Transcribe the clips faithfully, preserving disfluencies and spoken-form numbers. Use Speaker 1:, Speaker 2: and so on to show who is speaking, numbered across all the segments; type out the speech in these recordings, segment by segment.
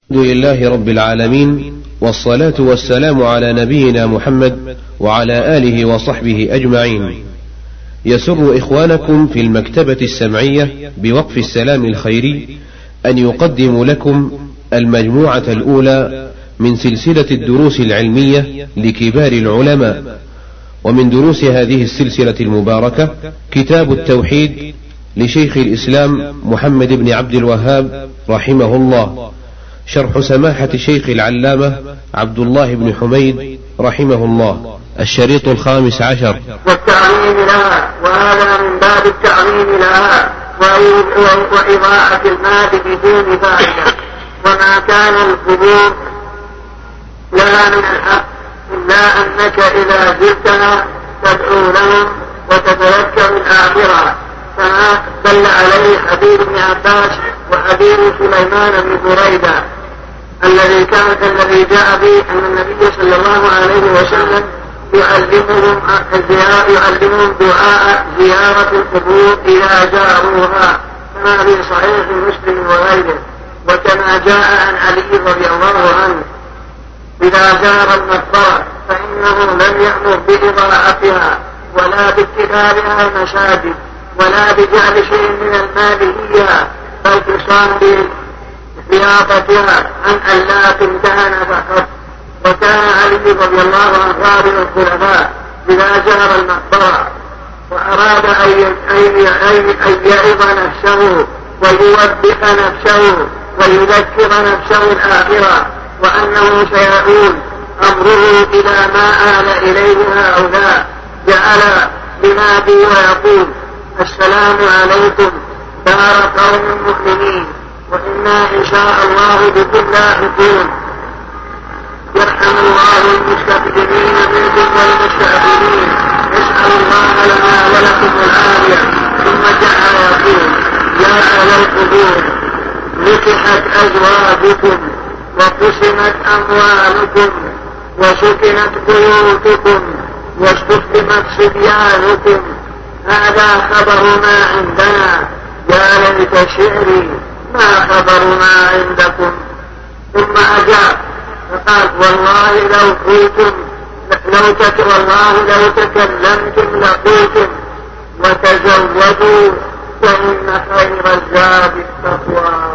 Speaker 1: الحمد لله رب العالمين، والصلاة والسلام على نبينا محمد وعلى آله وصحبه أجمعين. يسر إخوانكم في المكتبة السمعية بوقف السلام الخيري أن يقدم لكم المجموعة الأولى من سلسلة الدروس العلمية لكبار العلماء، ومن دروس هذه السلسلة المباركة كتاب التوحيد لشيخ الإسلام محمد بن عبد الوهاب رحمه الله، شرح سماحة شيخ العلامة عبد الله بن حميد رحمه الله، الشريط الخامس عشر.
Speaker 2: والتعليم لها، وهذا من باب التعليم لها وإضاعة المال بدون فائدة، وما كان القبور لها من الحق إلا أنك إذا زرتها تدعو لهم وتتذكر الآخرة، كما دل عليه حديث ابن عباس وحديث سليمان بن بريدة الذي كان الذي جاء به أن النبي صلى الله عليه وسلم يعلمهم يعلمهم دعاء زيارة القبور إذا جاءوها، كما في صحيح مسلم وغيره. وكما جاء عن علي رضي الله عنه إذا زار المقبرة فإنه لم يأمر بإضاعتها ولا باتخاذها مساجد ولا بجعل شيء من المال هي، بل تصام بضيافتها عن أن لا تمتهن فقط. وكان علي رضي الله عنه رابع الخلفاء إذا زار المقبرة وأراد أن يعظ نفسه ويوبخ نفسه ويذكر نفسه الآخرة وأنه سيؤول أمره إلى ما آل إليه هؤلاء، جعل ينادي ويقول: السلام عليكم دار قوم مؤمنين، وإنا إن شاء الله بكم لاحقون، يرحم الله المستقدمين منكم والمستأخرين، نسأل الله لنا ولكم العافية. ثم جعل يقول: يا أهل القبور نكحت أزواجكم وقسمت أموالكم وسكنت بيوتكم واستخدمت صبيانكم، هذا خبر ما عندنا، يا ليت شعري ما خبر ما عندكم. ثم أجاب فقال: والله لو قلتم لو تك والله لو تكلمتم لقلتم وتزودوا فإن خير الزاد التقوى.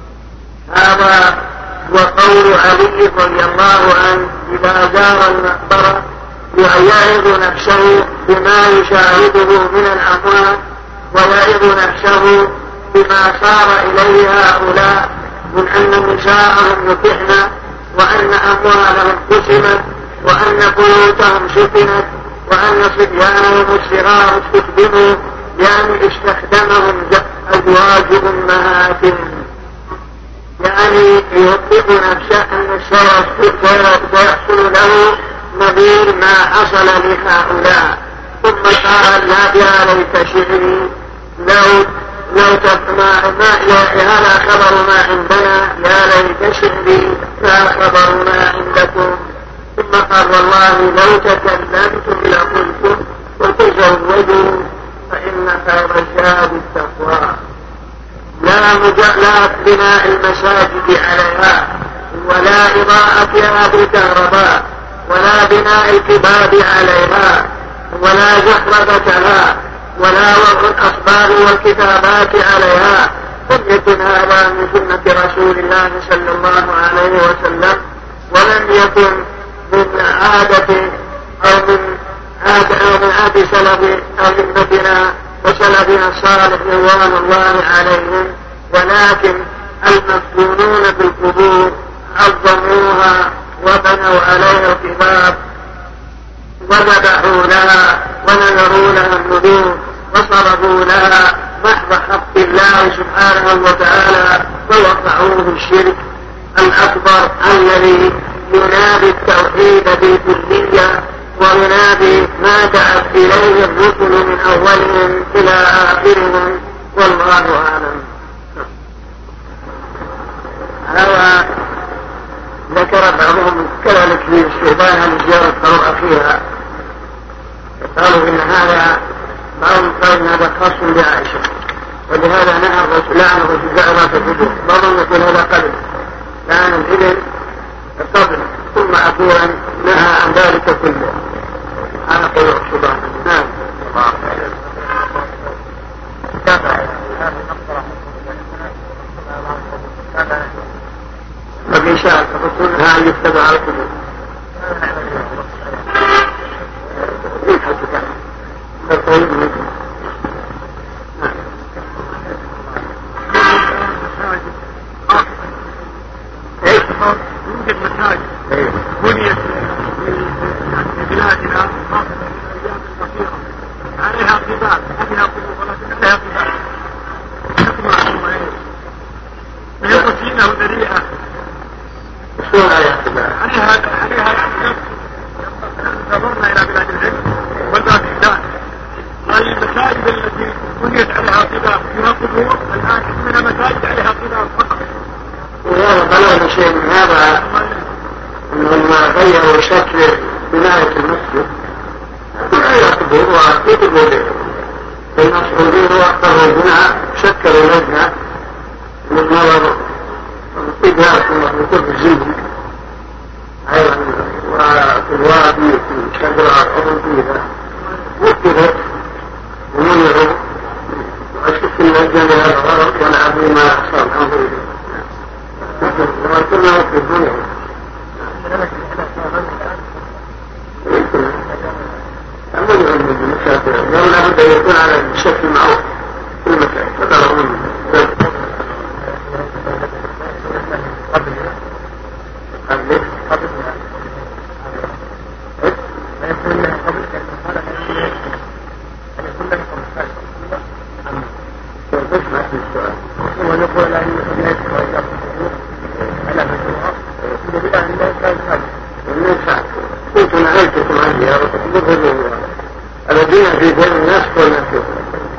Speaker 2: هذا وقول علي رضي الله عنه إذا زار المقبرة يعظ نفسه بما يشاهده من الأموال ويعظ نفسه بما صار إليه هؤلاء من أن نساءهم نكحن وأن أموالهم قسمت وأن بيوتهم سكنت وأن صبيانهم الصغار استخدموا يعني استخدمهم أزواج أمهاتهم، يعني يوبخ نفسه أن سيحصل له نظير ما حصل لهؤلاء. ثم قال: لا يا ليت شعري لو لو ما ما هذا خبر ما عندنا، يا ليت شعري لا خبر ما عندكم. ثم قال: والله لو تكلمتم لقلتم وتزودوا فإن خير الزاد التقوى. لا لا بناء المساجد عليها ولا إضاءتها بالكهرباء ولا بناء الكباب عليها ولا زخرفتها ولا وضع الأصباغ والكتابات عليها، لم يكن هذا من سنة رسول الله صلى الله عليه وسلم، ولم يكن من عادة أو من عادة أو من عادة سلف أئمتنا وسلفنا الصالح رضوان الله عليهم، ولكن المفتونون بالقبور عظموها وبنوا عليها الكتاب وذبحوا لها ونذروا لها النذور وصرفوا لها محض حق الله سبحانه وتعالى، ووقعوه الشرك الأكبر الذي ينادي التوحيد بالكلية وينادي ما دعت إليه الرسل من أولهم إلى آخرهم، والله أعلم. هذا ذكر بعضهم كذلك في الشعبان عن زيارة قبر أخيها، قالوا إن هذا بعضهم قال إن هذا خاص بعائشة، ولهذا نهى الرسول لعنه في زعرات القبور، بعضهم يقول هذا قلب لعن الإبل قبل ثم أخيرا نهى عن ذلك كله. أنا قول سبحانه. نعم. فإن شاء الله نهى أن يكتب على القبور.
Speaker 3: يوجد مساجد بنيت في بلادنا خاصة في الأيام الأخيرة عليها قباب، عليها قبور ولكن عليها قباب تسمع ثم ايش وهي وسيلة وذريعة عليها عليها نظرنا إلى بلاد العلم والباكستان. هذه المساجد التي بنيت عليها قباب فيها قبور الآن منها مساجد عليها قباب فقط.
Speaker 2: وهذا بلغ شيء من هذا أنهم غيروا شكل بناية المسجد عليها قبور وقبور المسؤولين واختاروا البناء شكلوا لجنة للنظر والقباب وقبور الزينة أيضا وفي الوادي في شجرة الأرض فيها وكذا ومنعوا وأشوف اللجنة لهذا الغرض ونعبوا ما يحصل أنظر إليه وما كنا في الدنيا أما يغني بالمسافر يوم لابد أن يكون على الشكل معروف في المكان فترون كنت نعيتكم عني يا رب الذين في دين الناس كلنا فيهم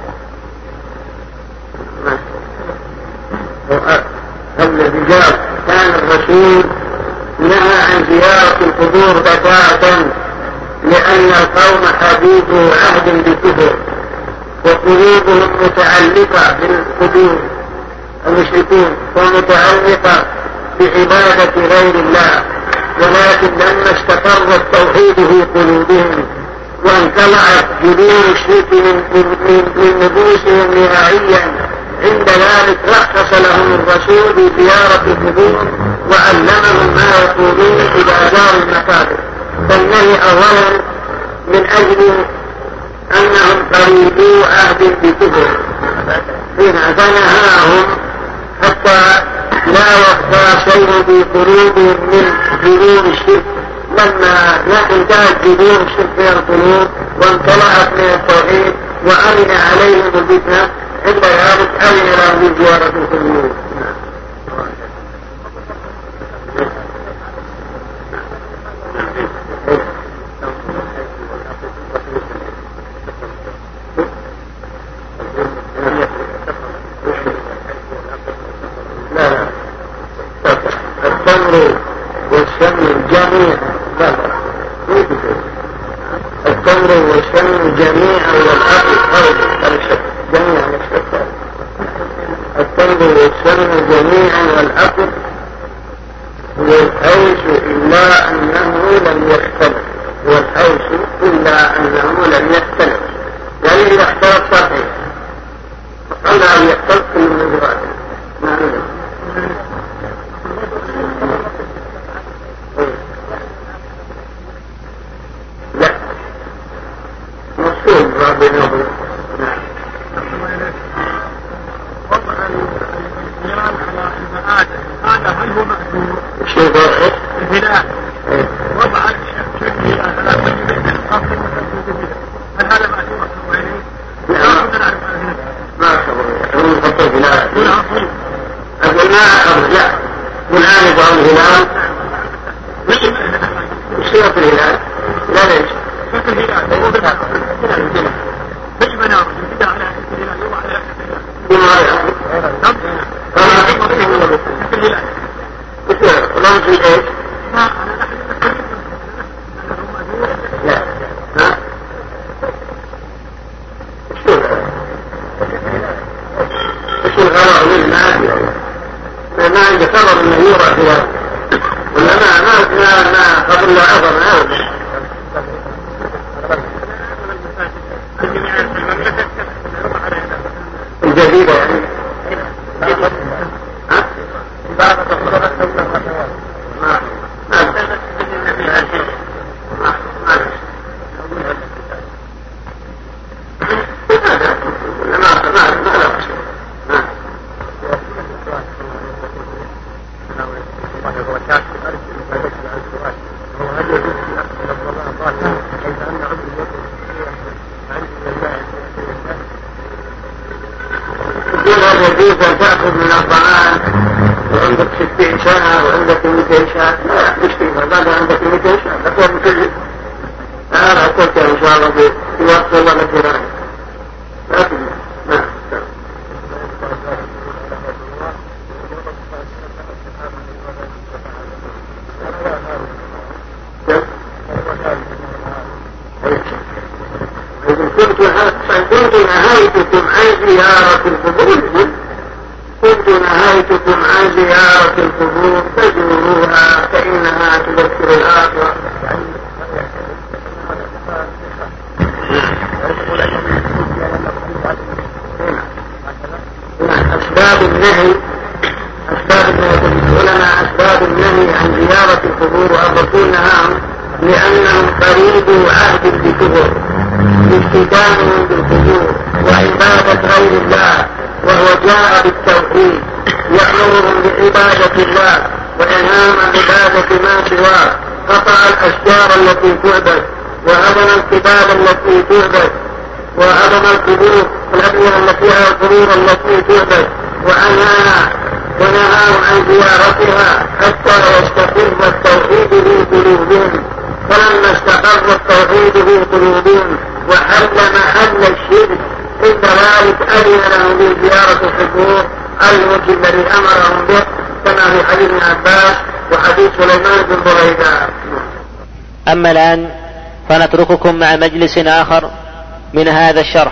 Speaker 2: الرجال كان الرسول نهى عن زيارة القبور بتاتا لأن القوم حديث عهد بكفر وقلوبهم متعلقة بالقبور المشركين ومتعلقة بعبادة غير الله، ولكن لما استقر التوحيد في قلوبهم وانقلعت جذور الشرك من نفوسهم نهائيا عند ذلك رخص لهم الرسول بزيارة القبور وعلمهم ما يقولون إذا زاروا المقابر، فالنهي أولا من أجل أنهم قريبو عهد بكفر حين فنهاهم حتى لا يخفى شيء في قلوبهم من جذور الشرك لما انتهت جذور الشرك في القلوب وانطلعت من التوحيد وأمن عليهم الفتنة عند ذلك أمن لهم بزيارة القبور. التمر والسمن جميعا التمر والسمن جميعا والأكل خالد جميعا التمر والسمن جميعا والأكل والحوش إلا أنه لم يختلف والحوش إلا أنه لم يختلف يعني إذا اختلف صحيح قال أن يختلف كل من ذراته لا مصول ربنا وضع
Speaker 3: النيران على المآدم هذا هل هو مأذور؟
Speaker 2: شيء ضرح
Speaker 3: البناء وضع الشيء على من القصر والتنفيذ هل هذا مأذور
Speaker 2: نعم ما أخبر يقول خطر بناء البناء أرجع والآن يضعون الهلال وصيغة الهلال لا ليش
Speaker 3: شكل الهلال هو بناء بالمنار يبدأ على شكل الهلال يوضع على شكل الهلال
Speaker 2: بما يأخذ فما شكل الهلال
Speaker 3: شكل الهلال
Speaker 2: بسير ولم في ايش
Speaker 3: ما أنا نحن نتكلم أنه مأذور
Speaker 2: لا ها شو شو الغرض من الماء ما عنده خبر انه يورى خلال كل عظم هذا الجديدة يعني تأخذ من الطعام وعندك ستين سنة وعندك مئتين سنة لا مش فيها بعد عندك مئتين سنة تكون كل أنا أقولك إن شاء الله في وقت الله نجران لكن ما كنت نهايتكم عن زيارة القبور كنت نهايتكم عن زيارة القبور فزوروها فإنها تذكر الآخرة. أسباب النهي أسباب النهي لنا أسباب النهي عن زيارة القبور والرسول نهاهم لأنهم قريب عهد بالكفر بافتتانهم بالقبور وعبادة غير الله، وهو جاء بالتوحيد يأمرهم بعبادة الله وإنهاهم عن عبادة ما سواه، قطع الأشجار التي تعبد وهدم الكتاب التي تعبد وهدم القبور الأبنية التي فيها القبور التي تعبد وأنهاها ونهاهم عن زيارتها حتى يستقر التوحيد في قلوبهم. فلما استقر التوحيد في قلوبهم وحل محل الشرك عند ذلك أذن لهم بزيارة القبور الوجه الذي أمرهم به كما في حديث ابن عباس وحديث سليمان بن بريدة.
Speaker 4: أما الآن فنترككم مع مجلس آخر من هذا الشرح.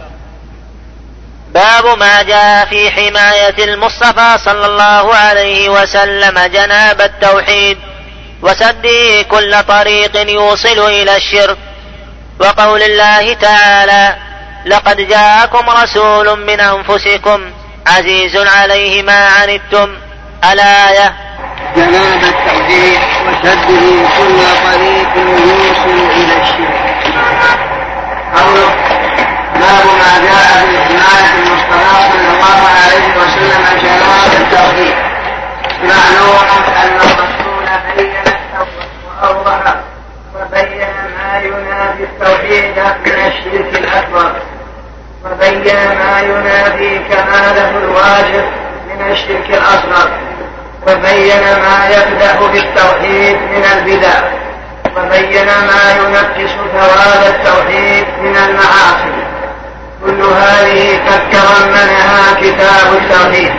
Speaker 5: باب ما جاء في حماية المصطفى صلى الله عليه وسلم جناب التوحيد وسده كل طريق يوصل إلى الشرك، وقول الله تعالى: لقد جاءكم رسول من أنفسكم عزيز عليه ما عنتم، الآية.
Speaker 2: جناب التوحيد وسده كل طريق يوصل إلى الشرك. قوله باب ما جاء في حماية المصطفى صلى الله عليه وسلم جناب التوحيد. معلوم أن الرسول بين التوحيد وأوضح وبين ما ينافي التوحيد من الشرك الأكبر، وبين ما ينافي كماله الواجب من الشرك الأصغر، وبين ما يبدأ بالتوحيد من البدع، وبين ما ينقص ثواب التوحيد من المعاصي. كل هذه قد تضمنها كتاب التوحيد.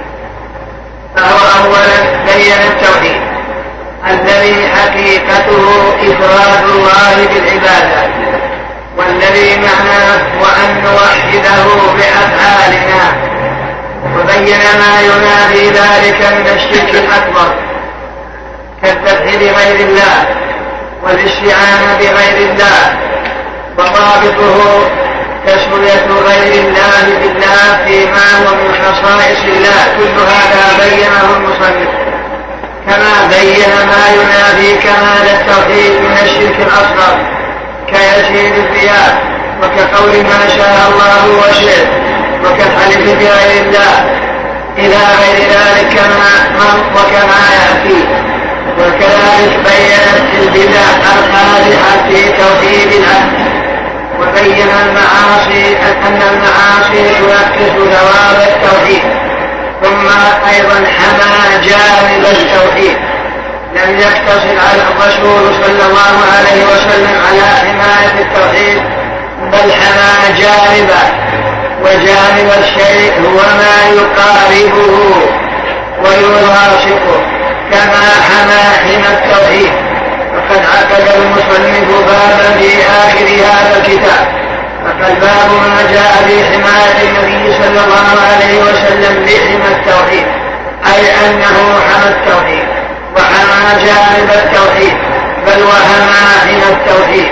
Speaker 2: فهو أولا بين التوحيد الذي حقيقته إفراد الله بالعبادة، والذي معناه وأن نوحده بأفعالنا، وبين ما ينافي ذلك من الشرك الأكبر كالذبح لغير الله والاستعانة بغير الله، وضابطه تسوية غير الله بالله فيما هو من خصائص الله. كل هذا بينه المصنف، كما بين ما ينافي كمال التوحيد من الشرك الأصغر كيسير الرياء وكقول ما شاء الله وشئت وكالحلف بغير الله إلى غير ذلك كما وكما يأتي. وكذلك بينت البدع القادحة في توحيد العبد، وبين المعاصي أن المعاصي تنقص ثواب التوحيد. ثم أيضا حمى جانب التوحيد، لم يقتصر على الرسول صلى الله عليه وسلم على حماية التوحيد، بل حمى جانبه، وجانب الشيء هو ما يقاربه ويلاصقه كما حمى حمى التوحيد. وقد عقد المصنف بابا في آخر هذا الكتاب، فقد باب ما جاء في حماية النبي صلى الله عليه وسلم لحمى التوحيد، أي أنه حمى التوحيد وحمى جانب التوحيد، وحمى من التوحيد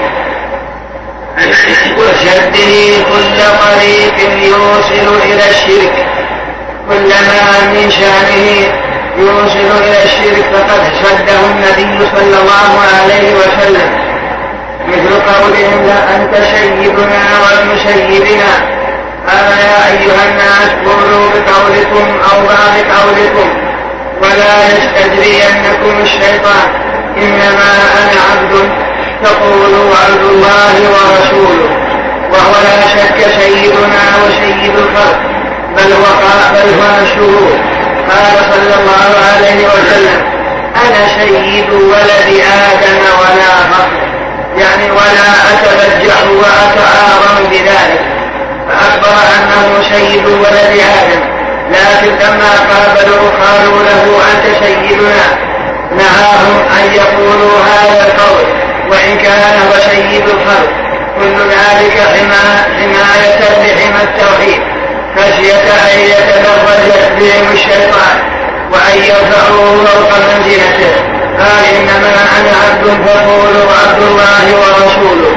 Speaker 2: وسده كل طريق يوصل إلى الشرك. كلما من شأنه يوصل إلى الشرك فقد سده النبي صلى الله عليه وسلم، مثل قولهم لا أنت سيدنا وابن سيدنا، قال يا أيها الناس قولوا بقولكم أو بعض قولكم ولا يستجرينكم الشيطان، إنما أنا عبد تقولوا عبد الله ورسوله، وهو لا شك سيدنا وسيد الخلق بل هو الشهود. قال صلى الله عليه وسلم أنا سيد ولد آدم ولا فخر، يعني ولا أتبجح وأتعاظم بذلك، فأخبر أنه سيد ولد آدم. لكن لما قابلوا قالوا له أنت سيدنا نهاهم أن يقولوا هذا القول وإن كان هو سيد الخلق. كل ذلك حماية لحمى التوحيد، خشية أن يتدرج بهم الشيطان وأن يرفعوه فوق منزلته. قال إنما أنا عبد فقولوا عبد الله ورسوله.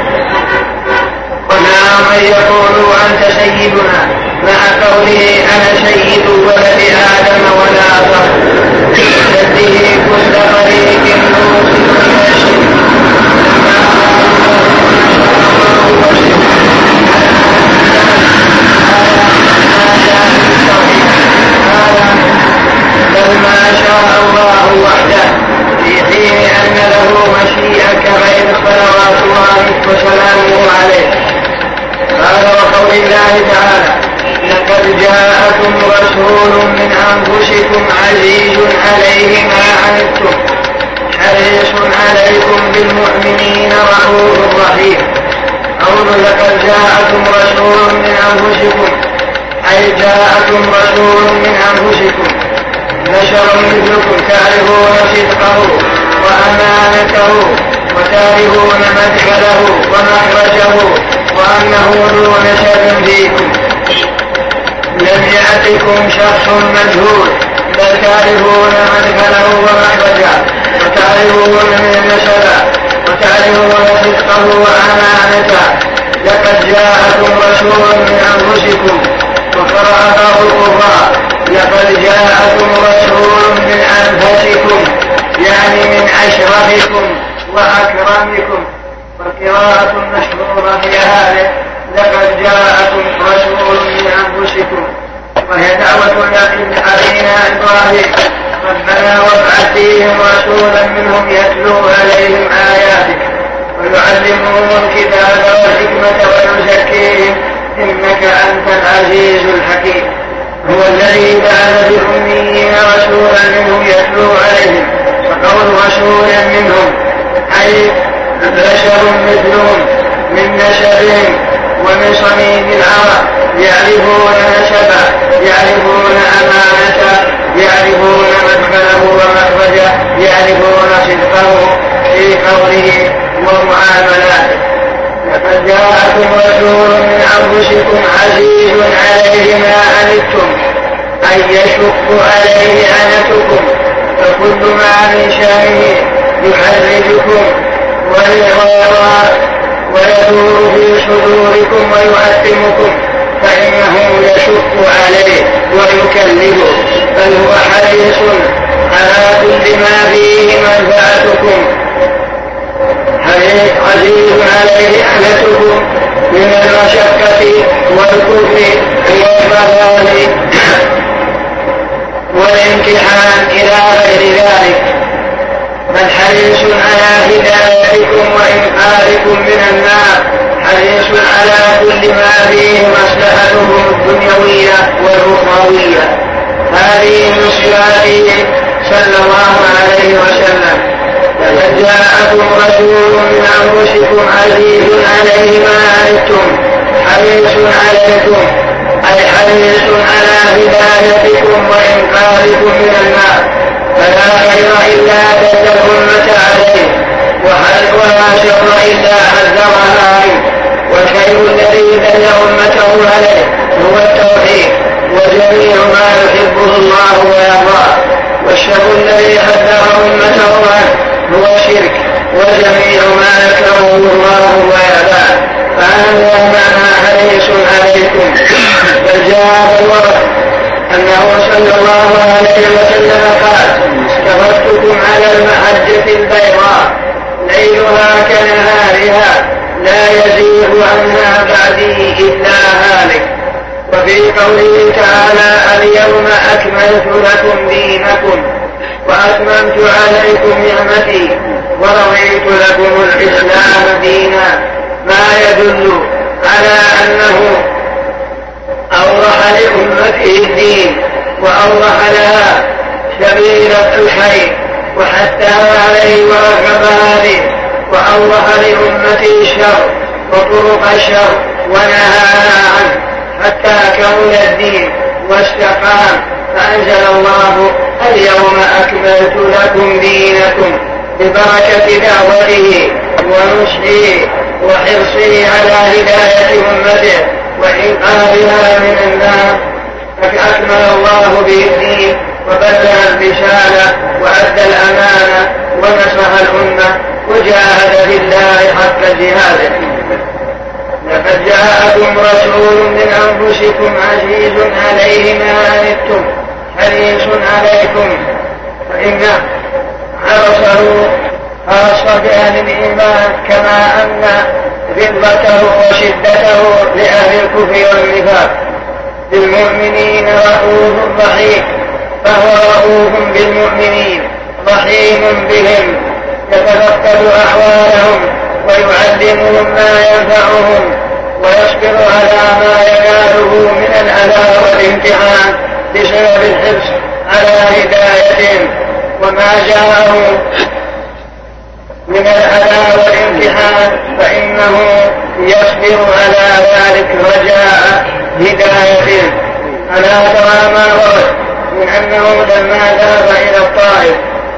Speaker 2: ونعم أن يقولوا أنت سيدنا مع قوله أنا سيد ولد آدم ولا فخر، سده كل طريق يوصل إلى الشرك. بل ما شاء الله وحده، في حين أن له مشيئة كغير صلوات الله وسلامه عليه. قال وقول الله تعالى لقد جاءكم رسول من أنفسكم عزيز عليه ما عنتم حريص عليكم بالمؤمنين رؤوف رحيم. قول لقد جاءكم رسول من أنفسكم أي جاءكم رسول من أنفسكم بشر مثلكم تعرفون صدقه وأمانته وتعرفون مدخله ومخرجه وأنه ذو نسب فيكم. لم يأتكم شخص مجهول بل تعرفون مدخله ومخرجه وتعرفون من النسب وتعرفون صدقه وأمانته. لقد جاءكم رسول من أنفسكم وقرأ بعض القراء لقد جاءكم رسول من أنفسكم يعني من أشرفكم وأكرمكم. والقراءة المشهورة في هذا لقد جاءكم رسول من أنفسكم، وهي دعوة لأبينا إبراهيم ربنا وابعث فيهم رسولا منهم يتلو عليهم آياتك ويعلمهم الكتاب والحكمة ويزكيهم إنك أنت العزيز الحكيم. هو الذي بعث بالأميين رسولا منهم يتلو عليهم، فقول رسولا منهم أي بشر مثلهم من نسبهم ومن صميم العرب، يعرفون نسبه يعرفون أمانته يعرفون مدخله ومخرجه يعرفون صدقه في قوله ومعاملاته. لقد جاءكم رسول من أنفسكم عزيز عليه ما عنتم أن يشق عليه عنتكم، فكل ما من شأنه يحرجكم ويدور في صدوركم ويؤثمكم فإنه يشق عليه ويكلفه، بل هو حريص على كل ما فيه منفعتكم. عزيز عليه عنتكم من المشقة والكفر والضلال والامتحان إلى غير ذلك، بل حريص على هدايتكم وإنقاذكم من النار، حريص على كل ما فيه مصلحتهم الدنيوية والأخروية. هذه من صفاته صلى الله عليه وسلم. لقد جاءكم رسول من أنفسكم عزيز عليه ما عنتم حريص عليكم أي حريص على هدايتكم وإنقاذكم من النار، فلا خير إلا دل الأمة عليه ولا شر إلا حذرها منه. والخير الذي دل أمته عليه هو التوحيد وجميع ما يحبه الله ويرضاه، والشر الذي حذر أمته عنه هو الشرك جميع ما يكرهه الله ويأباه، فهذا معنى حريص عليكم. فجاء الله أنه صلى الله عليه وسلم قال: تركتكم على المحجة البيضاء ليلها كنهارها لا يزيغ عنها بعدي إلا هالك. وفي قوله تعالى: اليوم أكملت لكم دينكم وأتممت عليكم نعمتي ورضيت لكم الإسلام دينا، ما يدل على أنه أوضح لأمته الدين وأوضح لها سبيل الخير وحثها عليه ورغبها به، وأوضح لأمته الشر وطرق الشر ونهاها عنه حتى كمل الدين واستقام. فأنزل الله: اليوم أكملت لكم دينكم، ببركة دعوته ونصحه وحرصه على هداية أمته وإنقاذها من النار، فأكمل الله به الدين وبلغ الرسالة وأدى الأمانة ونصح الأمة وجاهد في الله حق جهاده. لقد جاءكم رسول من أنفسكم عزيز عليه ما عنتم حريص عليكم، فإن حرصه خاص بأهل الإيمان كما أن ذلته وشدته لأهل الكفر والنفاق. بالمؤمنين رؤوف رحيم، فهو رؤوف بالمؤمنين رحيم بهم، يتفقد أحوالهم ويعلمهم ما ينفعهم ويصبر على ما يناله من الأذى والامتحان بسبب الحرص على هدايتهم، وما جاءه من الأذى والامتحان فإنه يصبر على ذلك رجاء هدايتهم. ألا ترى ما ورد من أنه لما ذهب إلى الطائف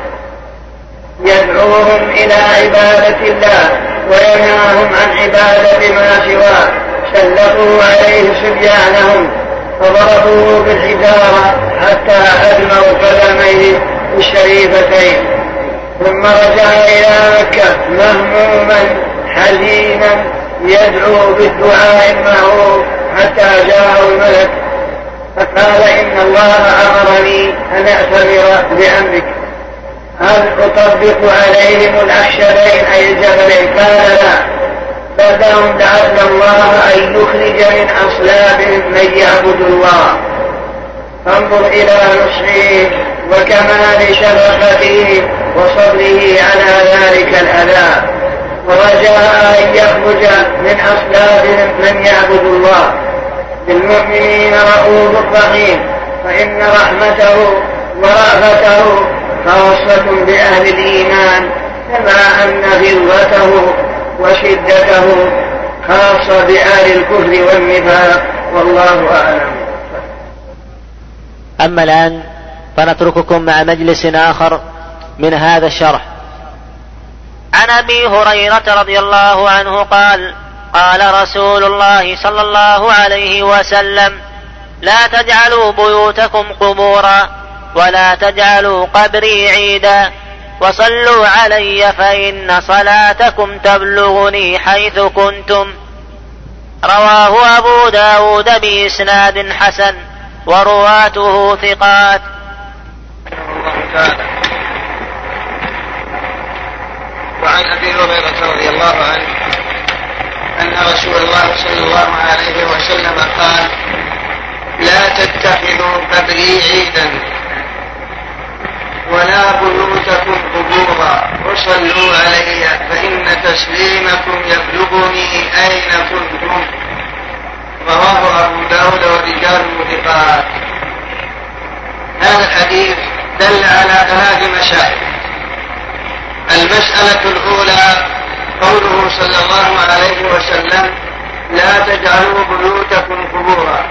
Speaker 2: يدعوهم إلى عبادة الله وينهاهم عن عبادة ما سواه، سلطوا عليه صبيانهم فضربوه بالحجارة حتى أدموا قدميه الشريفتين، ثم رجع إلى مكة مهموما حزينا يدعو بالدعاء المعروف حتى جاءه الملك فقال: إن الله أمرني أن أعتمر بأمرك، هل أطبق عليهم الأخشبين أي الجبلين؟ قال: لا، بل لهم لعل الله أن يخرج من أصلابهم من يعبد الله. فانظر إلى نصحه وكمال شفقته وصبره على ذلك الأذى، ورجاء أن يخرج من أصلابهم من يعبد الله. بالمؤمنين رؤوف رحيم، فإن رحمته ورأفته خاصة بأهل الإيمان، كما أن غلظته وشدته خاصة بأهل الكفر والنفاق، والله أعلم.
Speaker 4: أما الآن فنترككم مع مجلس آخر من هذا الشرح.
Speaker 5: عن أبي هريرة رضي الله عنه قال: قال رسول الله صلى الله عليه وسلم: لا تجعلوا بيوتكم قبورا ولا تجعلوا قبري عيدا وصلوا علي فإن صلاتكم تبلغني حيث كنتم. رواه أبو داود بإسناد حسن ورواته ثقات.
Speaker 2: وعن أبي هريرة رضي الله عنه أن رسول الله صلى الله عليه وسلم قال: لا تتخذوا قبري عيدا ولا بيوتكم قبورا وصلوا علي فإن تسليمكم يبلغني أين كنتم. رواه أبو داود ورجال ثقات. هذا الحديث دل على ثلاث مسائل. المسألة الأولى قوله صلى الله عليه وسلم: لا تجعلوا بيوتكم قبورا.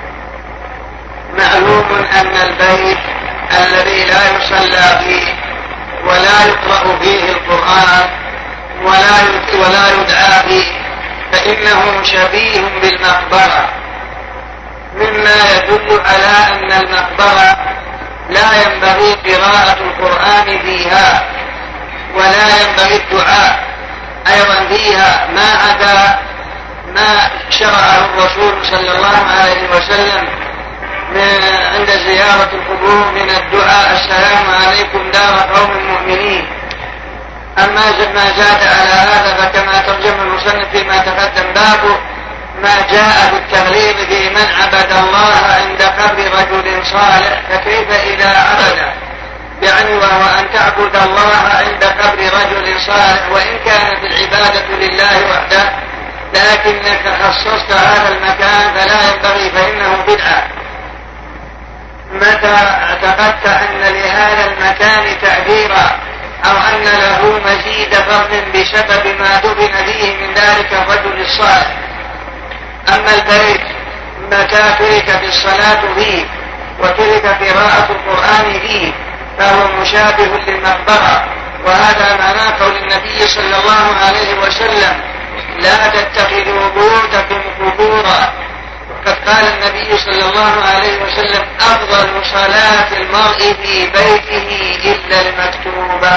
Speaker 2: معلوم أن البيت الذي لا يصلى فيه ولا يقرأ فيه القرآن ولا ولا يدعى فيه فإنه شبيه بالمقبرة، مما يدل على أن المقبرة لا ينبغي قراءة القرآن فيها ولا ينبغي ينبغي الدعاء أيضا فيها ما عدا ما شرعه الرسول صلى الله عليه وسلم عند زيارة القبور من الدعاء السلام عليكم دار قوم المؤمنين. أما ما زاد على هذا فكما ترجم المصنف فيما تقدم باب ما جاء بالتغليظ في من عبد الله عند قبر رجل صالح، فكيف إذا عبد يعني وهو أن تعبد الله عند قبر رجل صالح وإن كانت العبادة لله وحده لكنك خصصت هذا المكان فلا ينبغي فإنه بدعة. متى اعتقدت أن لهذا المكان تأثيرا أو أن له مزيد فضل بسبب ما دفن فيه من ذلك الرجل الصالح. أما البيت متى ترك الصلاة فيه وترك قراءة القرآن فيه فهو مشابه للمقبرة، وهذا معنى قول النبي صلى الله عليه وسلم لا تتخذوا بيوتكم قبورا. وقد قال النبي صلى الله عليه وسلم أفضل صلاة المرء في بيته إلا المكتوبة.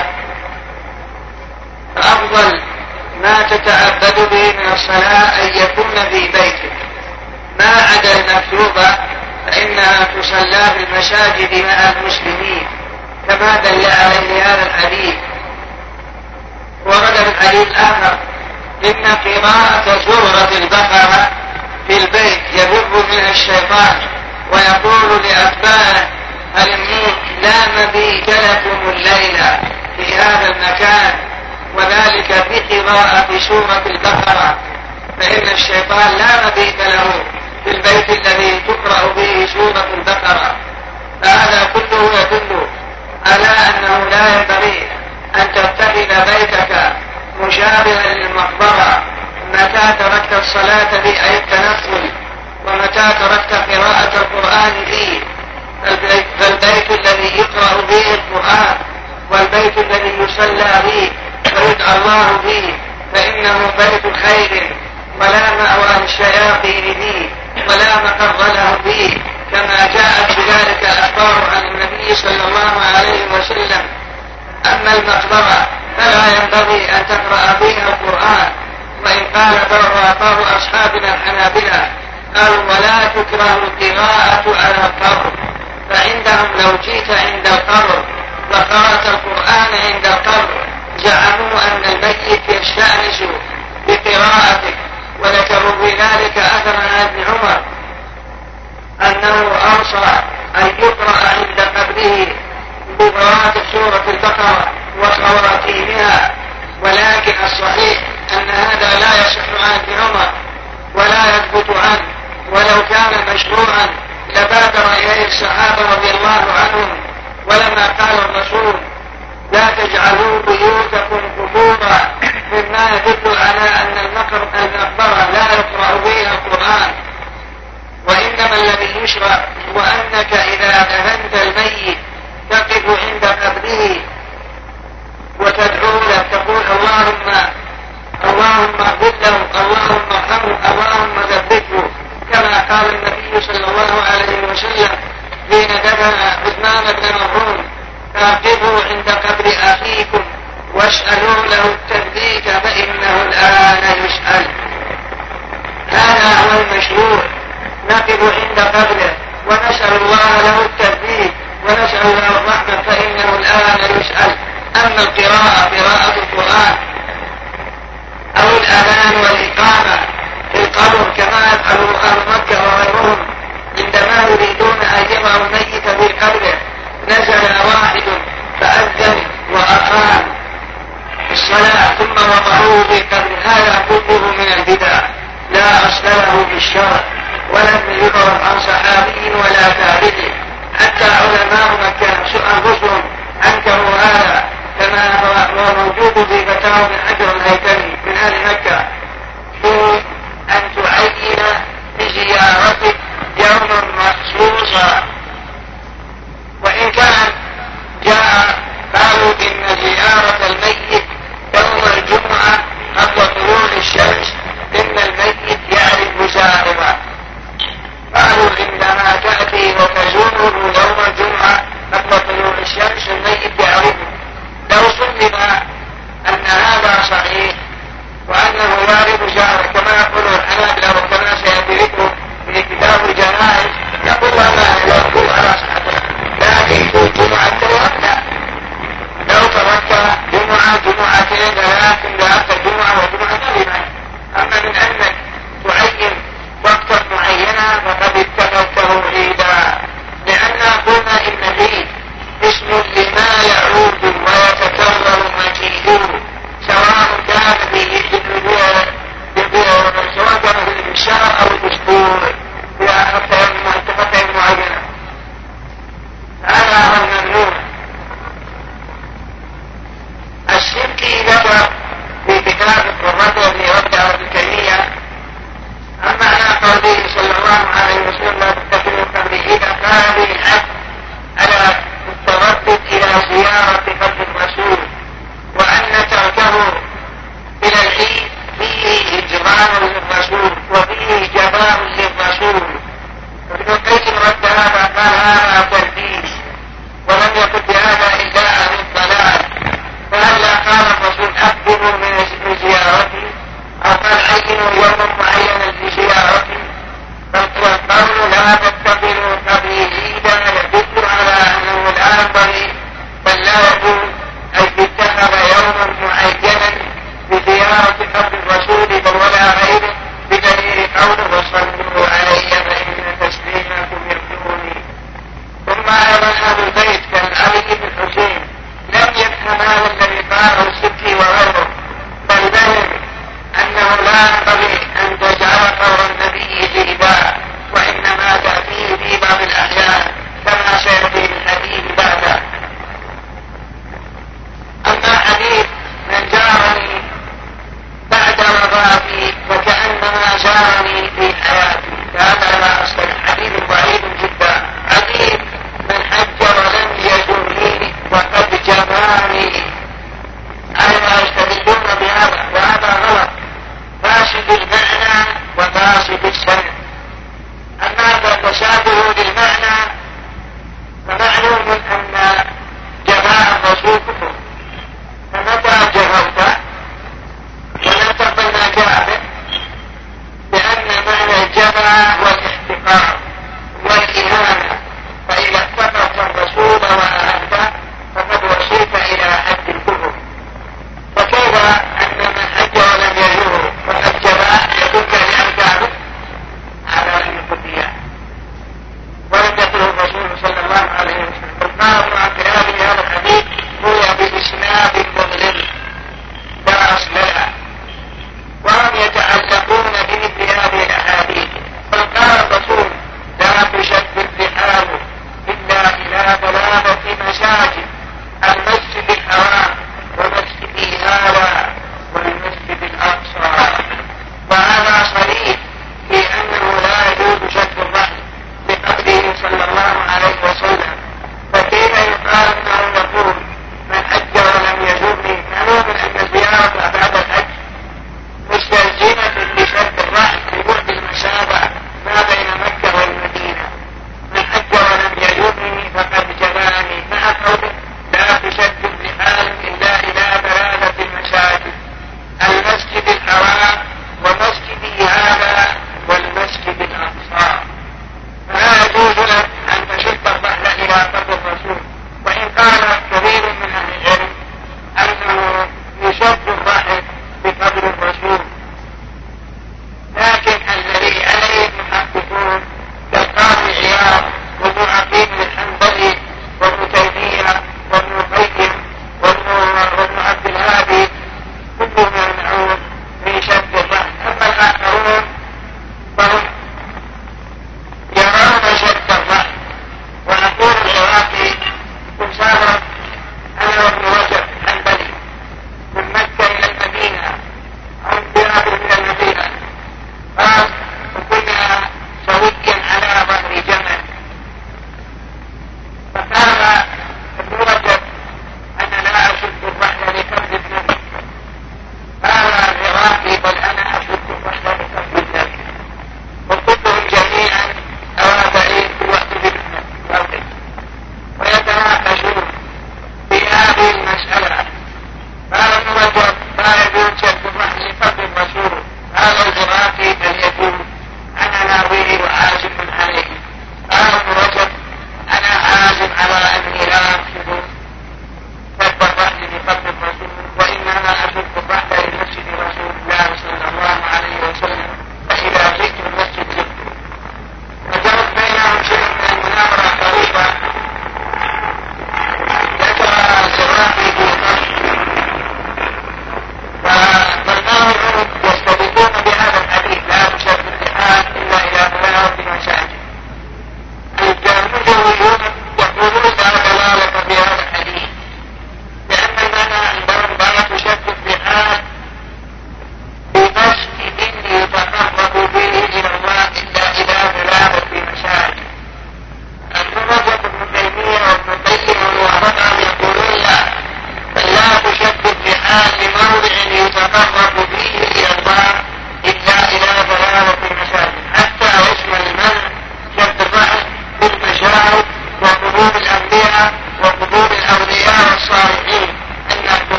Speaker 2: فأفضل ما تتعبد به من الصلاة أن يكون في بيتك، ما عدا المكتوبة فإنها تصلى في المساجد مع المسلمين كما دل عليه هذا الحديث. ورد في الحديث الآخر إن قراءة سورة البقرة في البيت يبر منها الشيطان ويقول لأتباعه هلموا لا مبيت لكم الليلة في هذا المكان، وذلك بقراءة سورة البقرة، فإن الشيطان لا مبيت له في البيت الذي تقرأ به سورة البقرة. فهذا كله يدل على أنه لا ينبغي أن تتخذ بيتك مشابها للمقبرة متى تركت الصلاة فيه أي التنفل، ومتى تركت قراءة القرآن فيه. فالبيت الذي يقرأ فيه القرآن والبيت الذي يصلى فيه ويدعى الله فيه فإنه بيت خير ولا مأوى للشياطين فيه ولا مقر له فيه، كما جاءت بذلك الأخبار عن النبي صلى الله عليه وسلم. أما المقبرة فلا ينبغي أن تقرأ فيها القرآن، وإن قال بعض أصحابنا الحنابلة قالوا ولا تكره القراءة على القبر، فعندهم لو جيت عند القبر وقرأت القرآن عند القبر زعموا أن الميت يستأنس بقراءتك. وذكروا في ذلك أثرا عن ابن عمر أنه أوصى أن يقرأ عند قبره بقراءة سورة البقرة وخواتيمها، ولكن الصحيح أن هذا لا يصح عن ابن عمر ولا يثبت عنه، ولو كان مشروعا لبادر إليه الصحابة رضي الله عنهم. ولما قال الرسول لا تجعلوا بيوتكم قبورا مما يدل على أن المقبرة لا يقرأ فيها القرآن، وإنما الذي يشرع هو أنك إذا دفنت الميت تقف عند قبره وتدعو له تقول اللهم اللهم اغفر له اللهم ارحمه اللهم ثبته، كما قال النبي صلى الله عليه وسلم حين دفن عثمان بن مظعون فاقفوا عند قبر أخيكم واسألوا له التثبيت فإنه الآن يسأل. هذا هو المشروع، نقف عند قبره ونسأل الله له التثبيت ونسأل له الرحمة فإنه الآن يسأل. أما القراءة قراءة القرآن أو الأذان والإقامة في القبر كما يفعل أهل مكة وغيرهم عندما يريدون أن يضعوا الميت في قبره نزل واحد فأذن وأقام الصلاة ثم وضعوه في قبره، هذا كله من البدع لا أصل له في الشرع ولم يعرف عن صحابي ولا تابعي، حتى علماء مكة أنفسهم أنكروا هذا، كما هو موجود في فتاوى من حجر الهيثمي من أهل مكة في أن تعين بزيارتك يوما مخصوصا. وإن كان جاء قالوا إن زيارة الميت يوم الجمعة قبل طلوع الشمس إن الميت يعرف زائرا، قالوا إنما تأتي وتزوره يوم الجمعة قبل طلوع الشمس الميت يعرفه، السبكي ذكر في كتاب الرد في رد على الكيمية عن معنى قوله صلى الله عليه وسلم لا تتخذوا قبري إذا كان به الحق على التردد إلى زيارة قبر الرسول، وأن تركه إلى العيد فيه إجرام للرسول وفيه جبار للرسول. وابن القيم رد هذا قال هذا تلبيس، ولم يقل بهذا إلا أهل الضلال، فهلا قال الرسول أكبروا من زيارتي أو قال عينوا يوما معينا لزيارتي، فالقول لا تتخذوا قبري عيدا يدل على أنه لا ينبغي بل لا يجوز أن يتخذ يوما معينا لزيارة قبر الرسول بل ولا غيره، بدليل قوله وصلوا علي فإن تسليمكم يرجوني. ثم أيضا أهل البيت كالعلي بن الحسين لم يفهم هذا الذي قاله السبكي وغيره، بل بين أنه لا ينبغي أن تجعل قول النبي جيدا، وإنما تأتيه في بعض الأحيان كما سيأتي الحديث بعده. أما حديث من جارني بعد وفاتي وكأنما جارني في حياتي فهذا لا أصل، حديث ضعيف جدا. حديث من حج ولم يزورني وقد جمعني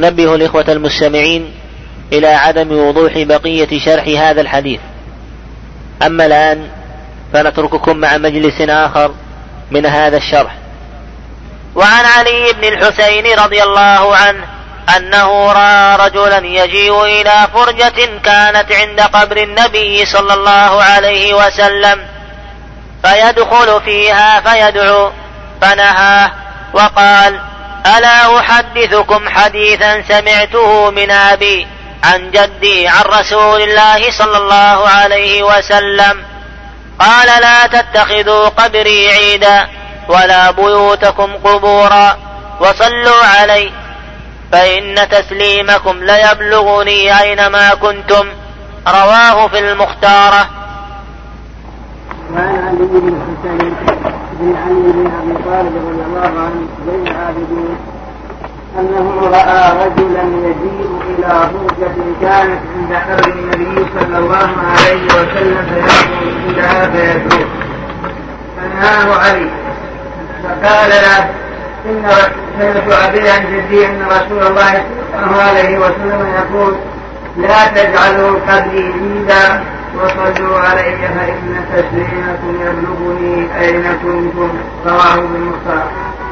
Speaker 4: ننبه الإخوة المستمعين إلى عدم وضوح بقية شرح هذا الحديث. أما الآن فنترككم مع مجلس آخر من هذا الشرح.
Speaker 5: وعن علي بن الحسين رضي الله عنه أنه رأى رجلا يجيء إلى فرجة كانت عند قبر النبي صلى الله عليه وسلم فيدخل فيها فيدعو، فنهاه وقال: ألا أحدثكم حديثا سمعته من أبي عن جدي عن رسول الله صلى الله عليه وسلم قال: لا تتخذوا قبري عيدا ولا بيوتكم قبورا وصلوا علي فإن تسليمكم ليبلغني أينما كنتم. رواه في المختارة.
Speaker 2: وعن علي بن الحسين بن علي بن أبي طالب رضي الله عنه بين العابدين أنه رأى رجلا يجيء إلى فرجة كانت عند قبر النبي صلى الله عليه وسلم فيدخل إليها فيدعو، فنهاه علي فقال له: إن سمعت أبي عن جدي أن رسول الله صلى الله عليه وسلم يقول: لا تجعلوا قبري عيدا وصلوا علي فإن تسليمكم يبلغني أين كنتم. رواه ابن المختار.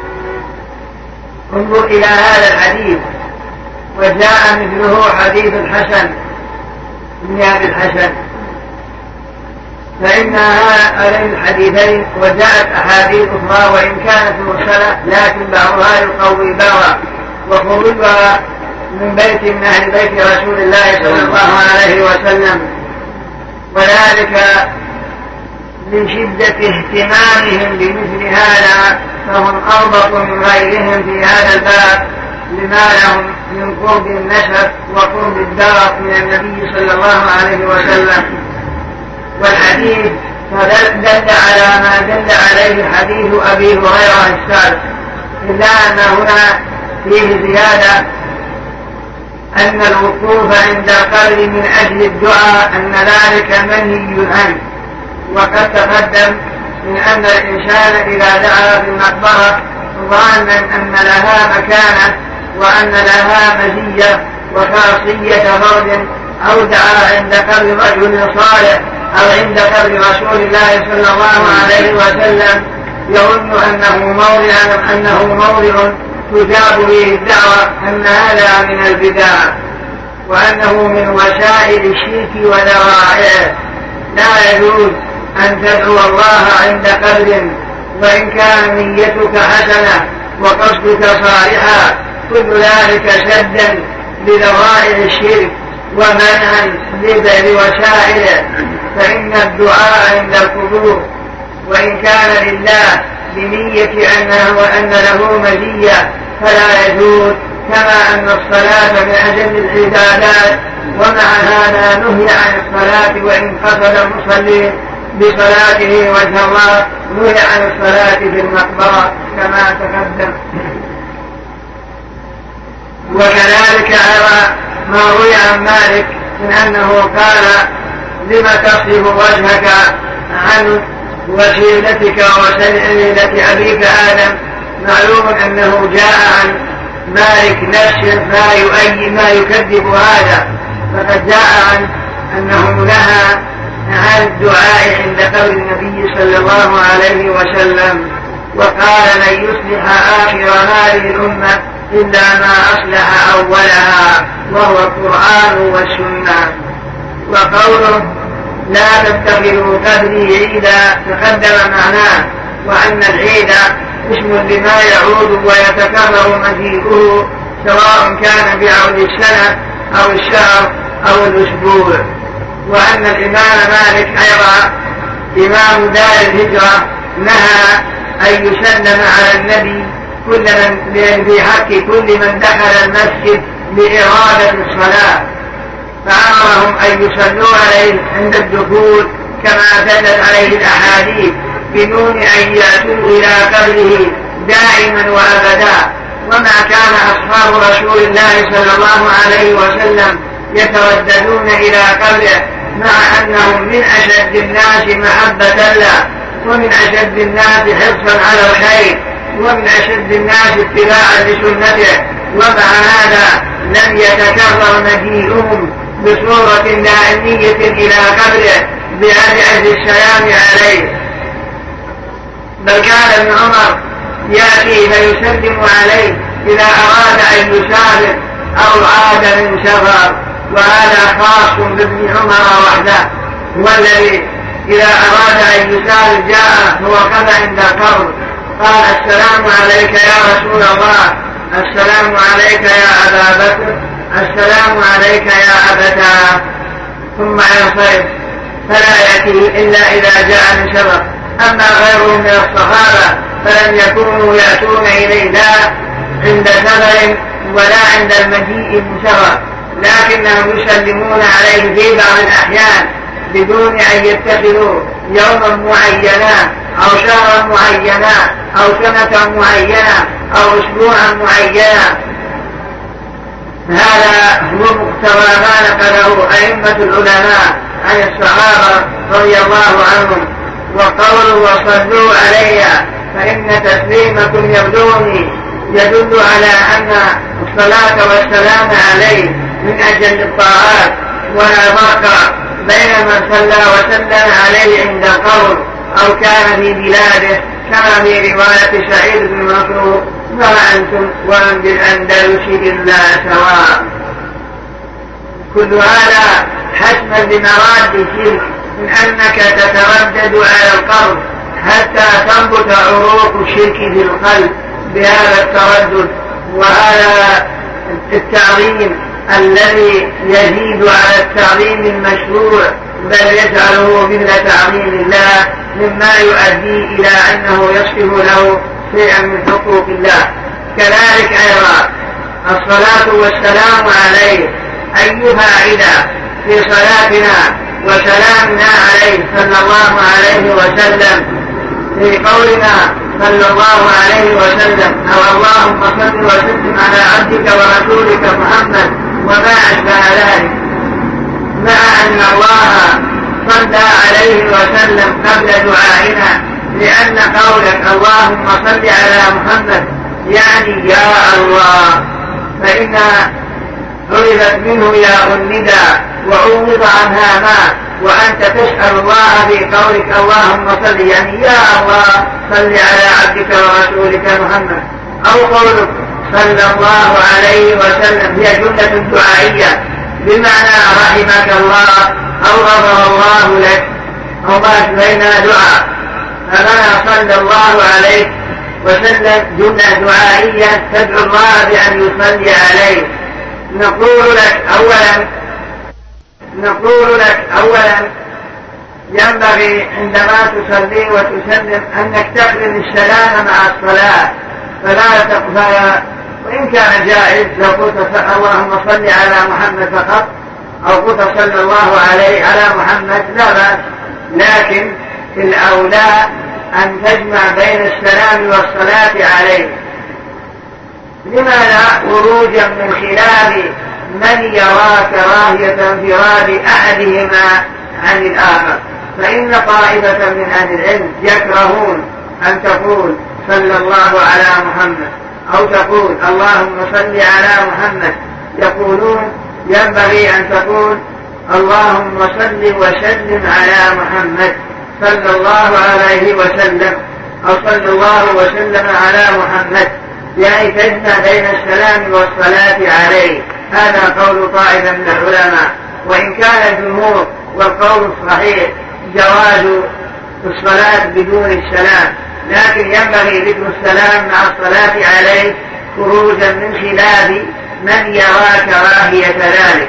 Speaker 2: انظر إلى هذا الحديث، وجاء مثله حديث الحسن بن أبي الحسن، فإن هذين الحديثين وجاءت أحاديث أخرى وإن كانت مرسلة لكن بعضها يقوي بعضا، وخرجها من بيت من أهل بيت رسول الله صلى الله عليه وسلم، وذلك من شدة اهتمامهم بمثل هذا، فهم أربط من غيرهم في هذا الباب لما لهم من قرب النسب وقرب الدار من النبي صلى الله عليه وسلم. والحديث دل على ما دل عليه حديث أبي هريرة السابق، إلا أن هنا فيه زيادة أن الوقوف عند القبر من أجل الدعاء أن ذلك منهي عنه. وقد تقدم من أن الإنسان إذا دعا بالمقبرة ظانا أن لها مكانة وأن لها مزية وخاصية فرد، أو دعا عند قبر رجل صالح أو عند قبر رسول الله صلى الله عليه وسلم يظن أنه موضع أنه موضع تجاب به الدعوة، أن هذا من البدع وأنه من وسائل الشرك وذرائعه. لا يجوز أن تدعو الله عند قبر وإن كان نيتك حسنة وقصدك صالحا، كل ذلك سدا لذرائع الشرك ومنعا لوسائله. فإن الدعاء عند القبور وإن كان لله بنية أنه وأن له مزية فلا يجوز، كما أن الصلاة من أجل العبادات، ومع هذا نهي عن الصلاة وإن قصد المصلي بصلاته وجه الله، نهي عن الصلاة في المقبرة كما تقدم. وكذلك أيضا ما روي عن مالك من أنه قال: لما تصرف وجهك عن وسيلتك وسيلة أبيك آدم. معلوم أنه جاء عن مالك نفس ما يؤيد ما يكذب هذا، فقد جاء عن أنه نهى عن الدعاء عند قبر النبي صلى الله عليه وسلم، وقال: لن يصلح آخر هذه الأمة إلا ما أصلح أولها، وهو القرآن والسنة. وقوله: لا تتخذوا قبري عيدا تقدم معناه، وأن العيد اسم لما يعود ويتكرر مجيئه سواء كان بعود السنة أو الشهر أو الأسبوع. وأن الإمام مالك أيضا إمام دار الهجرة نهى أن يسلم على النبي كل من في حق كل من دخل المسجد لإرادة الصلاة، فأمرهم أن يصلوا عليه عند الدخول كما دلت عليه الأحاديث، بدون أن يأتوا إلى قبره دائما وأبدا. وما كان أصحاب رسول الله صلى الله عليه وسلم يترددون إلى قبره، مع أنهم من أشد الناس محبة له، ومن أشد الناس حرصا على الخير، ومن أشد الناس اتباعا لسنته، ومع هذا لم يتكرر مجيئهم بصورة دائمية إلى قبره بأدعة السلام عليه، بل كان ابن عمر يأتي فيسلم عليه إذا أراد أن يسافر أو عاد من سفر، وهذا خاص بابن عمر وحده، هو الذي إذا أراد أن يسافر جاء ووقف عند القبر قال السلام عليك يا رسول الله، السلام عليك يا أبا بكر، السلام عليك يا أبتاه، ثم ينصرف فلا يأتي إلا إذا جاء من سفر. أما غيرهم من الصحابة فلم يكونوا يأتون إليه لا عند سفر ولا عند المجيء من سفر، لكنهم يسلمون عليه في بعض الأحيان بدون أن يتخذوا يوما معينا أو شهرا معينا أو سنة معينة أو أسبوعا معينا. هذا هو مقتضى ما نقله أئمة العلماء عن الصحابة رضي الله عنهم. وقوله وصلوا علي فإن تسليمكم يبلغني يدل على أن الصلاة والسلام عليه من أجل الطاعات، ولا فرق بين من صلى وسلم عليه عند القبر أو كان في بلاده، كما في رواية سعيد بن مسروق ما أنتم ومن بالأندلس إلا سواء. كل هذا حسما بمراد الشرك من أنك تتردد على القبر حتى تنبت عروق الشرك في القلب بهذا التردد، وهذا التعظيم الذي يزيد على التعظيم المشروع بل يجعله مثل تعظيم الله، مما يؤدي إلى أنه يصف له شيئا من حقوق الله. كذلك أيضا الصلاة والسلام عليه أي فائدة في صلاتنا وسلامنا عليه صلى الله عليه وسلم في قولنا صلى الله عليه وسلم أو اللهم صل وسلم على عبدك ورسولك محمد وما أشبه ذلك، مع أن الله صلى عليه وسلم قبل دعائنا، لأن قولك اللهم صل على محمد يعني يا الله، فإن عرفت منه يا الندى وعوض عنها ما، وأنت تسأل الله في قولك اللهم صل يعني يا الله صل على عبدك ورسولك محمد، أو قولك صلى الله عليه وسلم هي جملة دعائية بمعنى رحمك الله أو غفر الله لك أو ما أشبهنا دعاء، فمعنى صلى الله عليه وسلم جملة دعائية تدعو الله بأن يصلي عليه. نقول لك أولا نقول لك أولا ينبغي عندما تصلي وتسلم أنك تقرن السلام مع الصلاة، فلا تقفل، وإن كان جائز لو قلت اللهم صل على محمد فقط أو قلت صلى الله عليه على محمد لا بأس، لكن الأولى أن تجمع بين السلام والصلاة عليه. لماذا؟ خروجا من خلاف من يرى كراهية انفراد أحدهما عن الآخر، فإن طائفة من أهل العلم يكرهون أن تقول صلى الله على محمد أو تقول اللهم صل على محمد، يقولون ينبغي أن تقول اللهم صل وسلم على محمد صلى الله عليه وسلم أو صلى الله وسلم على محمد، يعني تجمع بين السلام والصلاة عليه. هذا قول طائفة من العلماء، وإن كان الجمهور والقول الصحيح جواز الصلاة بدون السلام، لكن ينبغي ذكر السلام مع الصلاة عليه خروجا من خلاف من يرى كراهية ذلك.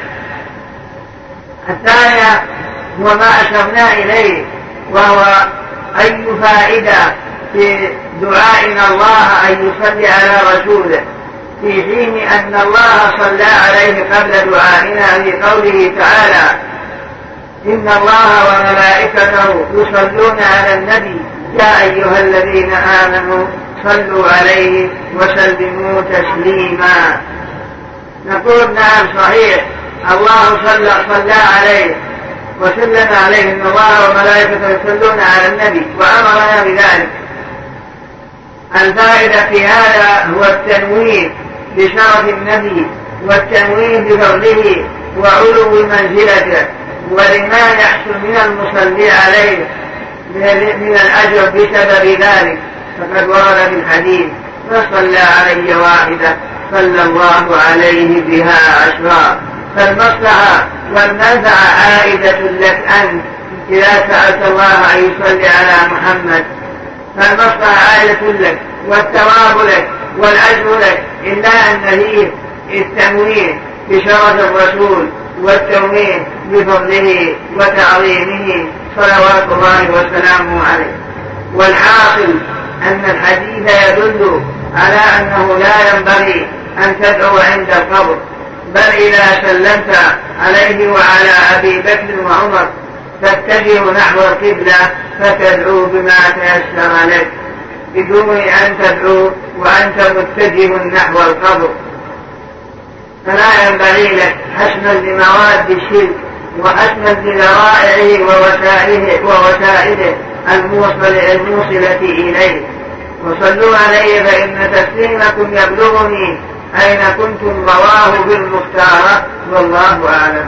Speaker 2: الثانية هو ما أشرنا إليه، وهو أي فائدة في دعائنا الله أن يصلي على رسوله في حين أن الله صلى عليه قبل دعائنا في قوله تعالى إن الله وملائكته يصلون على النبي يا أيها الذين آمنوا صلوا عليه وسلموا تسليما. نقول نعم صحيح الله صلى, صلى عليه وسلم عليه إن الله وملائكته يصلون على النبي وأمرنا بذلك. الفائدة في هذا هو التنويه بشرف النبي والتنوين بفضله وعلو منزلته، ولما يحصل من المصلي عليه من الأجر بسبب ذلك، فقد ورد في الحديث: من صلى علي واحدة صلى الله عليه بها عشرا. فالمصلحة والمنفعة عائدة لك أنت إذا سألت الله أن يصلي على محمد، فالمصلحة عائدة لك والثواب لك والأجر لك، إلا أن فيه التنوين بشرف الرسول والتنوين بفضله وتعظيمه صلوات الله وسلامه عليه. والحاصل أن الحديث يدل على أنه لا ينبغي أن تدعو عند القبر، بل إذا سلمت عليه وعلى أبي بكر وعمر تتجه نحو القبلة فتدعو بما تيسر لك، بدون أن تدعو وأنت متجه نحو القبر. فلا ينبغي لك حسما لمواد الشرك وحسما لذرائعه ووسائله, ووسائله الموصلة إليه. وصلوا عليه فإن تسليمكم يبلغني أين كنتم رواه بالمختار، والله أعلم.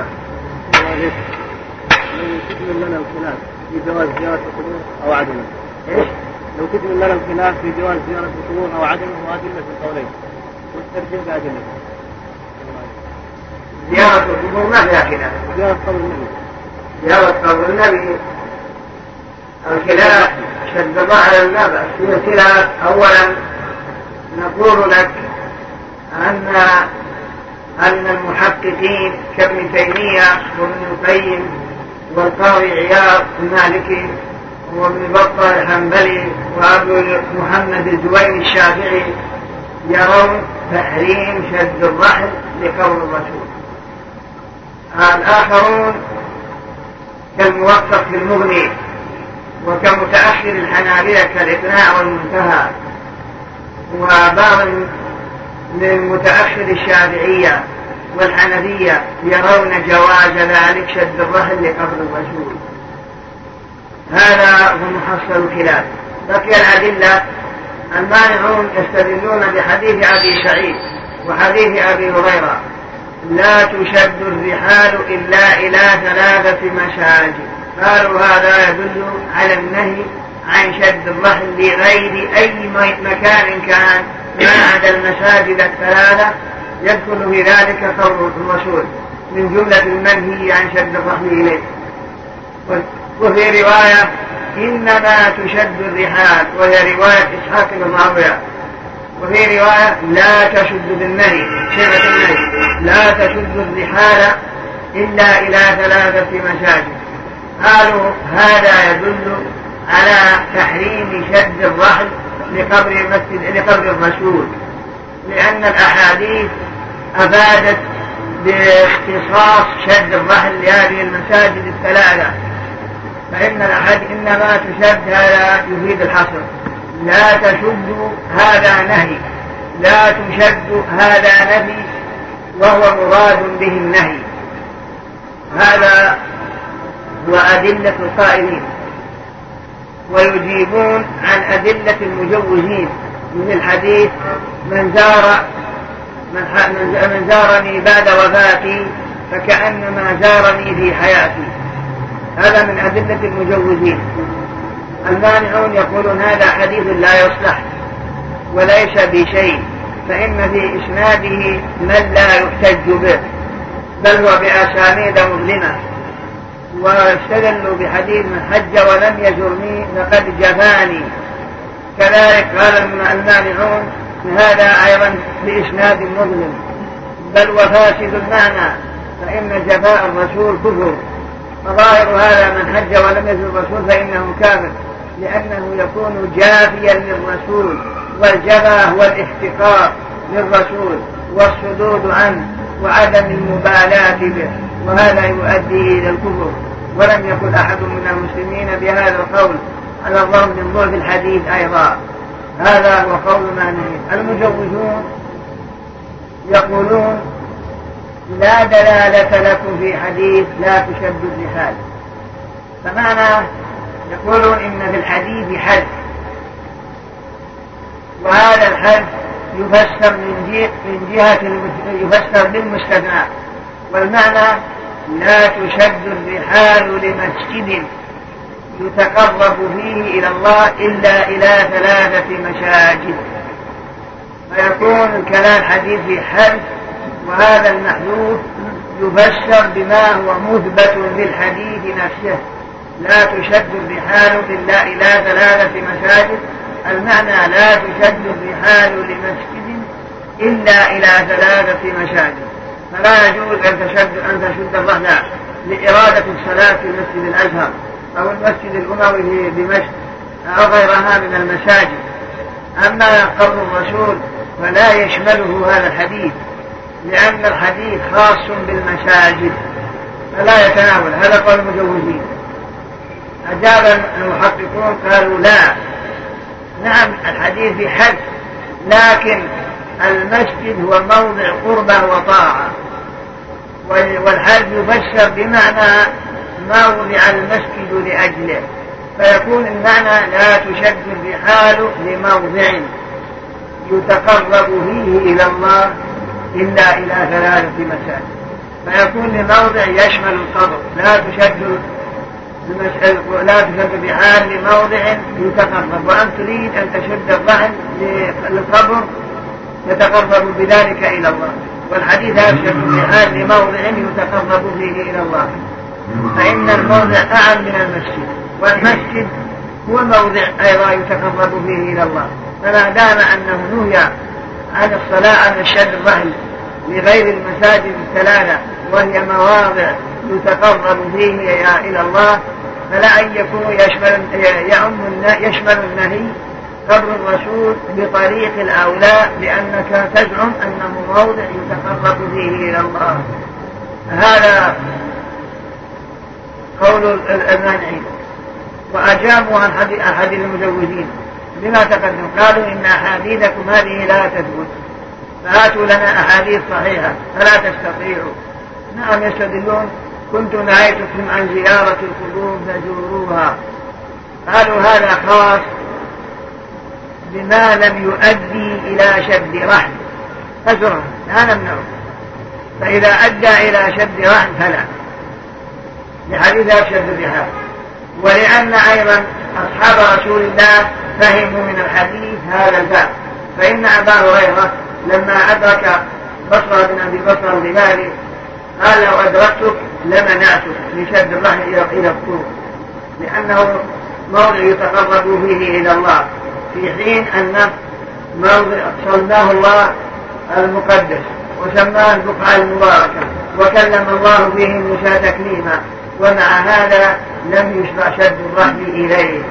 Speaker 3: لو لنا الخلاف في جواز زيارة القبور أو عدمه.
Speaker 2: إيش؟
Speaker 3: لو كتب لنا الخلاف في جواز زيارة القبور أو عدمه وأدلة القولين والترجيح بأدلة.
Speaker 2: زيارة القبور ما فيها خلاف.
Speaker 3: زيارة قبر النبي.
Speaker 2: زيارة قبر النبي الخلاف شد ظهر النبأ في الخلاف. أولا نقول لك أن أن المحققين كابن تيمية وابن القيم والقاضي عياض المالكي وابن بطة الحنبلي وأبو محمد الزويني الشافعي يرون تحريم شد الرحل لقول الرسول. الآخرون كالموفق في المغني وكمتأخر الحنابلة كالإقناع والمنتهى، وبعض من متأخر الشافعية والحنفية يرون جواز ذلك شد الرحل لقبر الرسول. هذا هو محصل الخلاف. بقي الأدلة. المانعون يستدلون بحديث أبي سعيد وحديث أبي هريرة: لا تشد الرحال إلا إلى ثلاثة مساجد. قالوا هذا يدل على النهي عن شد الرحل لغير أي مكان كان ما عدا المساجد الثلاثة، يدخل في ذلك قول الرسول من جملة المنهي عن شد الرحل إليه. وفي رواية: إنما تشد الرحال، وهي رواية إسحاق بن راهويه. وفي رواية: لا تشد بالنهي، صيغة النهي: لا تشد الرحال إلا إلى ثلاثة مساجد. قالوا هذا يدل على تحريم شد الرحل لقبر المسجد لقبر الرسول، لأن الأحاديث أفادت باختصاص شد الرحل لهذه المساجد الثلاثة، فإن الأحاديث إنما تشد هذا يفيد الحصر، لا تشد هذا نهي، لا تشد هذا نهي، وهو مراد به النهي. هذا هو أدلة القائلين. ويجيبون عن أدلة المجوزين من الحديث: من زار من زارني بعد وفاتي فكأنما زارني في حياتي. هذا من أدلة المجوزين. المانعون يقولون هذا حديث لا يصلح وليس بشيء، فإن في إسناده من لا يحتج به، بل هو بأسانيد مظلمة. واستدلوا بحديث: من حج ولم يزرني فقد جفاني. كذلك قال المانعون هذا أيضا بإسناد مظلم، بل وفاسد المعنى، فإن جفاء الرسول كفر. فظاهر هذا: من حج ولم يزر الرسول فإنه كافر، لأنه يكون جافيا للرسول، والجفا هو الاحتقار للرسول والصدود عنه وعدم المبالاة به، وهذا يؤدي إلى الكفر. ولم يقل أحد من المسلمين بهذا القول على الرغم من ضعف الحديث أيضا. هذا هو قول المانعين. المجوزون يقولون: لا دلالة لكم في حديث لا تشد الرحال. فمعنى يقولون إن في الحديث حد، وهذا الحد يفسر من جهة يفسر بالمستثنى، والمعنى لا تشد الرحال لمسجد يتقرب فيه إلى الله إلا إلى ثلاثة مساجد، فيكون الكلام حديث في حذف، وهذا المحذوف يفسر بما هو مثبت بالحديث نفسه، لا تشد الرحال إلا إلى ثلاثة مساجد، المعنى لا تشد الرحال لمسجد إلا إلى ثلاثة مساجد، فلا يجوز أن تشد أن تشد الرحل لإرادة الصلاة في المسجد الأزهر أو المسجد الأموي في دمشق أو غيرها من المساجد. أما قول الرسول فلا يشمله هذا الحديث، لأن الحديث خاص بالمساجد فلا يتناول، هذا قول المجوزين. أجاب المحققون قالوا لا، نعم الحديث بحد، لكن المسجد هو موضع قربة وطاعة، والحد يفسر بمعنى موضع المسجد لأجله، فيكون المعنى لا تشد الرحال لموضع يتقرب فيه إلى الله إلا إلى ثلاثة مساجد، فيكون لموضع يشمل القبر، لا تشد لا تشد الرحال لموضع يتقرب، وأن تريد أن تشد الرحل للقبر يتقرب بذلك إلى الله، والحديث لا تشد الرحال لموضع يتقرب فيه إلى الله، فإن الموضع أعم من المسجد، والمسجد هو موضع أيضا يتقرب فيه إلى الله، فما دام أنه نهي عن الصلاة عن الشد الرحل لغير المساجد الثلاثة وهي مواضع يتقرب فيه إلى الله، فلا أن يكون يشمل, يعم يشمل النهي قبر الرسول بطريق الأولى، لأنك تزعم أنه موضع يتقرب فيه إلى الله. هذا قول المانعين. وأجابوا عن أحاديث المجوزين بما تقدم، قالوا إن أحاديثكم هذه لا تثبت، فهاتوا لنا أحاديث صحيحة، فلا تستطيعوا. نعم يستدلون، كنت نهيتكم عن زيارة القبور فزوروها، قالوا هذا خاص بما لم يؤدي إلى شد رحل فزرها لا نمنعه، فإذا أدى إلى شد رحل فلا، لحديث شد الرحال. ولأن أيضا أصحاب رسول الله فهموا من الحديث هذا الباب، فإن أبا هريرة لما أدرك بصرة بن أبي بصرة الغفاري قال لو أدركتك لمنعتك لشد الرحل إلى الطور، لأنه موضع يتقرب فيه إلى الله، في حين أن موضع سماه الله المقدس وسماه البقعة المباركة وكلم الله فيه موسى تكليما، ومع هذا لم يشرع شد الرحل إليه.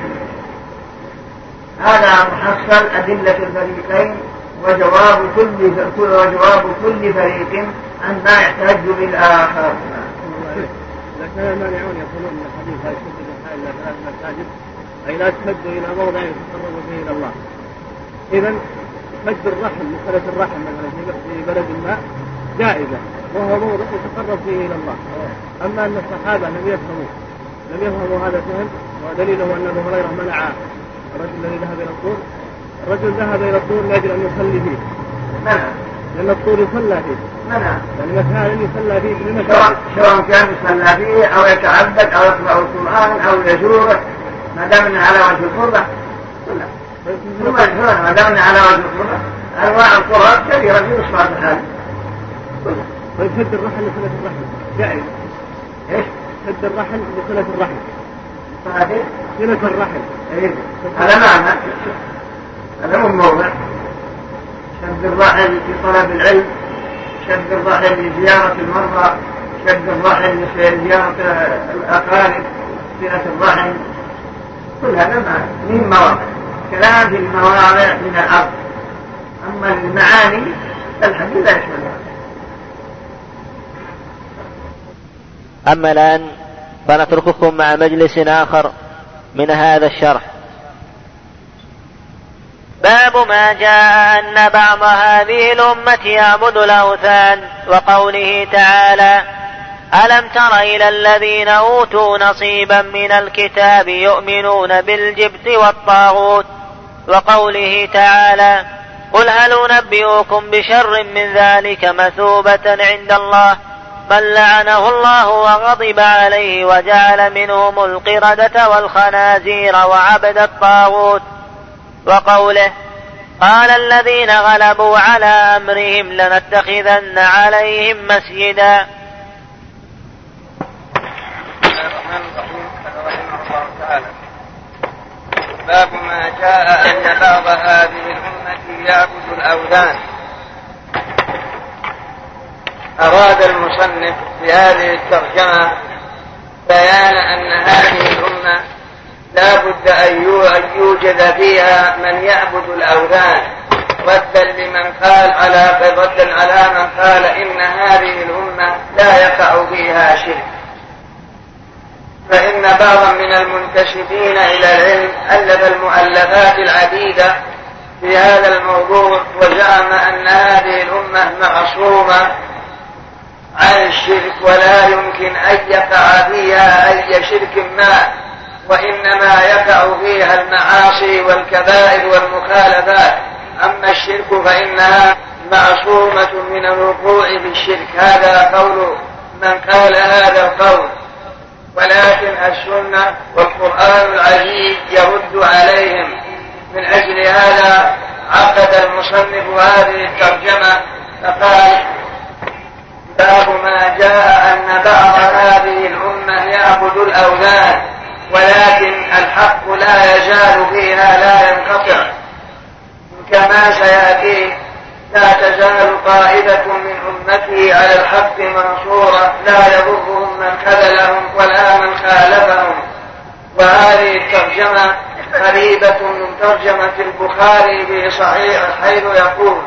Speaker 2: هذا محصل أدلة الفريقين وجواب كل وجواب كل فريق عن ما يحتاج بالآخر.
Speaker 3: لكن المانعون يقولون ان الحديث لا يشد الرحال الى ثلاث مساجد، اي لا تشد الى موضع يتقرب فيه الى الله. اذا شد الرحل مساله الرحل مثلا في بلد ما جائزه، وهو موضع يتقرب فيه الى الله. اما ان الصحابه لم يفهموا لم يفهموا هذا الفهم، ودليله ان ابو هريره منع الرجل الذي ذهب الى الطور، الرجل ذهب الى الطور لاجل ان يصلي فيه، لان الطور يصلى فيه، يعني مكان يصلى فيه
Speaker 2: سواء سواء كان يصلى فيه او يتعبد او يقرأ القرآن او يزوره، ما دامنا على وجه القربة كلها، ما دامنا على وجه القربة انواع القرى كثيرة في اصلاح الحال.
Speaker 3: طيب شد الرحل لصلة الرحل جائز؟
Speaker 2: ايش؟
Speaker 3: شد الرحل لصلة الرحل.
Speaker 2: صحيح؟
Speaker 3: صلة الرحل.
Speaker 2: ايه هذا معنى، هذا مو موضع. شد الرحل في طلب العلم، شد الرحل لزيارة المرضى، شد الرحل لزيارة الأقارب، صلة الرحل، كل هذا من مواضع، كلام في المواضع من الأرض. أما المعاني فالحديث لا يشملها.
Speaker 4: أما الآن فنترككم مع مجلس آخر من هذا الشرح.
Speaker 5: باب ما جاء أن بعض هذه الأمة يعبد الأوثان، وقوله تعالى: ألم تر إلى الذين أوتوا نصيبا من الكتاب يؤمنون بالجبت والطاغوت، وقوله تعالى: قل هل أنبئكم بشر من ذلك مثوبة عند الله من لعنه الله وغضب عليه وجعل منهم القردة والخنازير وعبد الطاغوت. وقوله قال الذين غلبوا على أمرهم لنتخذن عليهم مسجدا.
Speaker 2: باب ما جاء أن بعض هذه الأمة يعبد الأوثان. أراد المصنف في هذه الترجمة بيان أن هذه الأمة لا بد أن يوجد فيها من يعبد الأوثان، ردا لمن قال على ردا على من قال إن هذه الأمة لا يقع فيها شرك. فإن بعضا من المنتسبين إلى العلم ألف المؤلفات العديدة في هذا الموضوع، وزعم أن هذه الأمة معصومة عن الشرك ولا يمكن أن يقع فيها أي شرك ما، وإنما يقع فيها المعاصي والكبائر والمخالفات. أما الشرك فإنها معصومة من الوقوع في الشرك. هذا قول من قال هذا القول، ولكن السنة والقرآن العزيز يرد عليهم. من أجل هذا عقد المصنف هذه الترجمة فقال باب ما جاء أن بعض هذه الأمة يعبد الأوثان ولكن الحق لا يزال فيها لا ينقطع، كما سيأتي لا تزال طائفة من أمتي على الحق منصورة لا يضرهم من خذلهم ولا من خالفهم. وهذه الترجمة قريبة من ترجمة البخاري في صحيح حيث يقول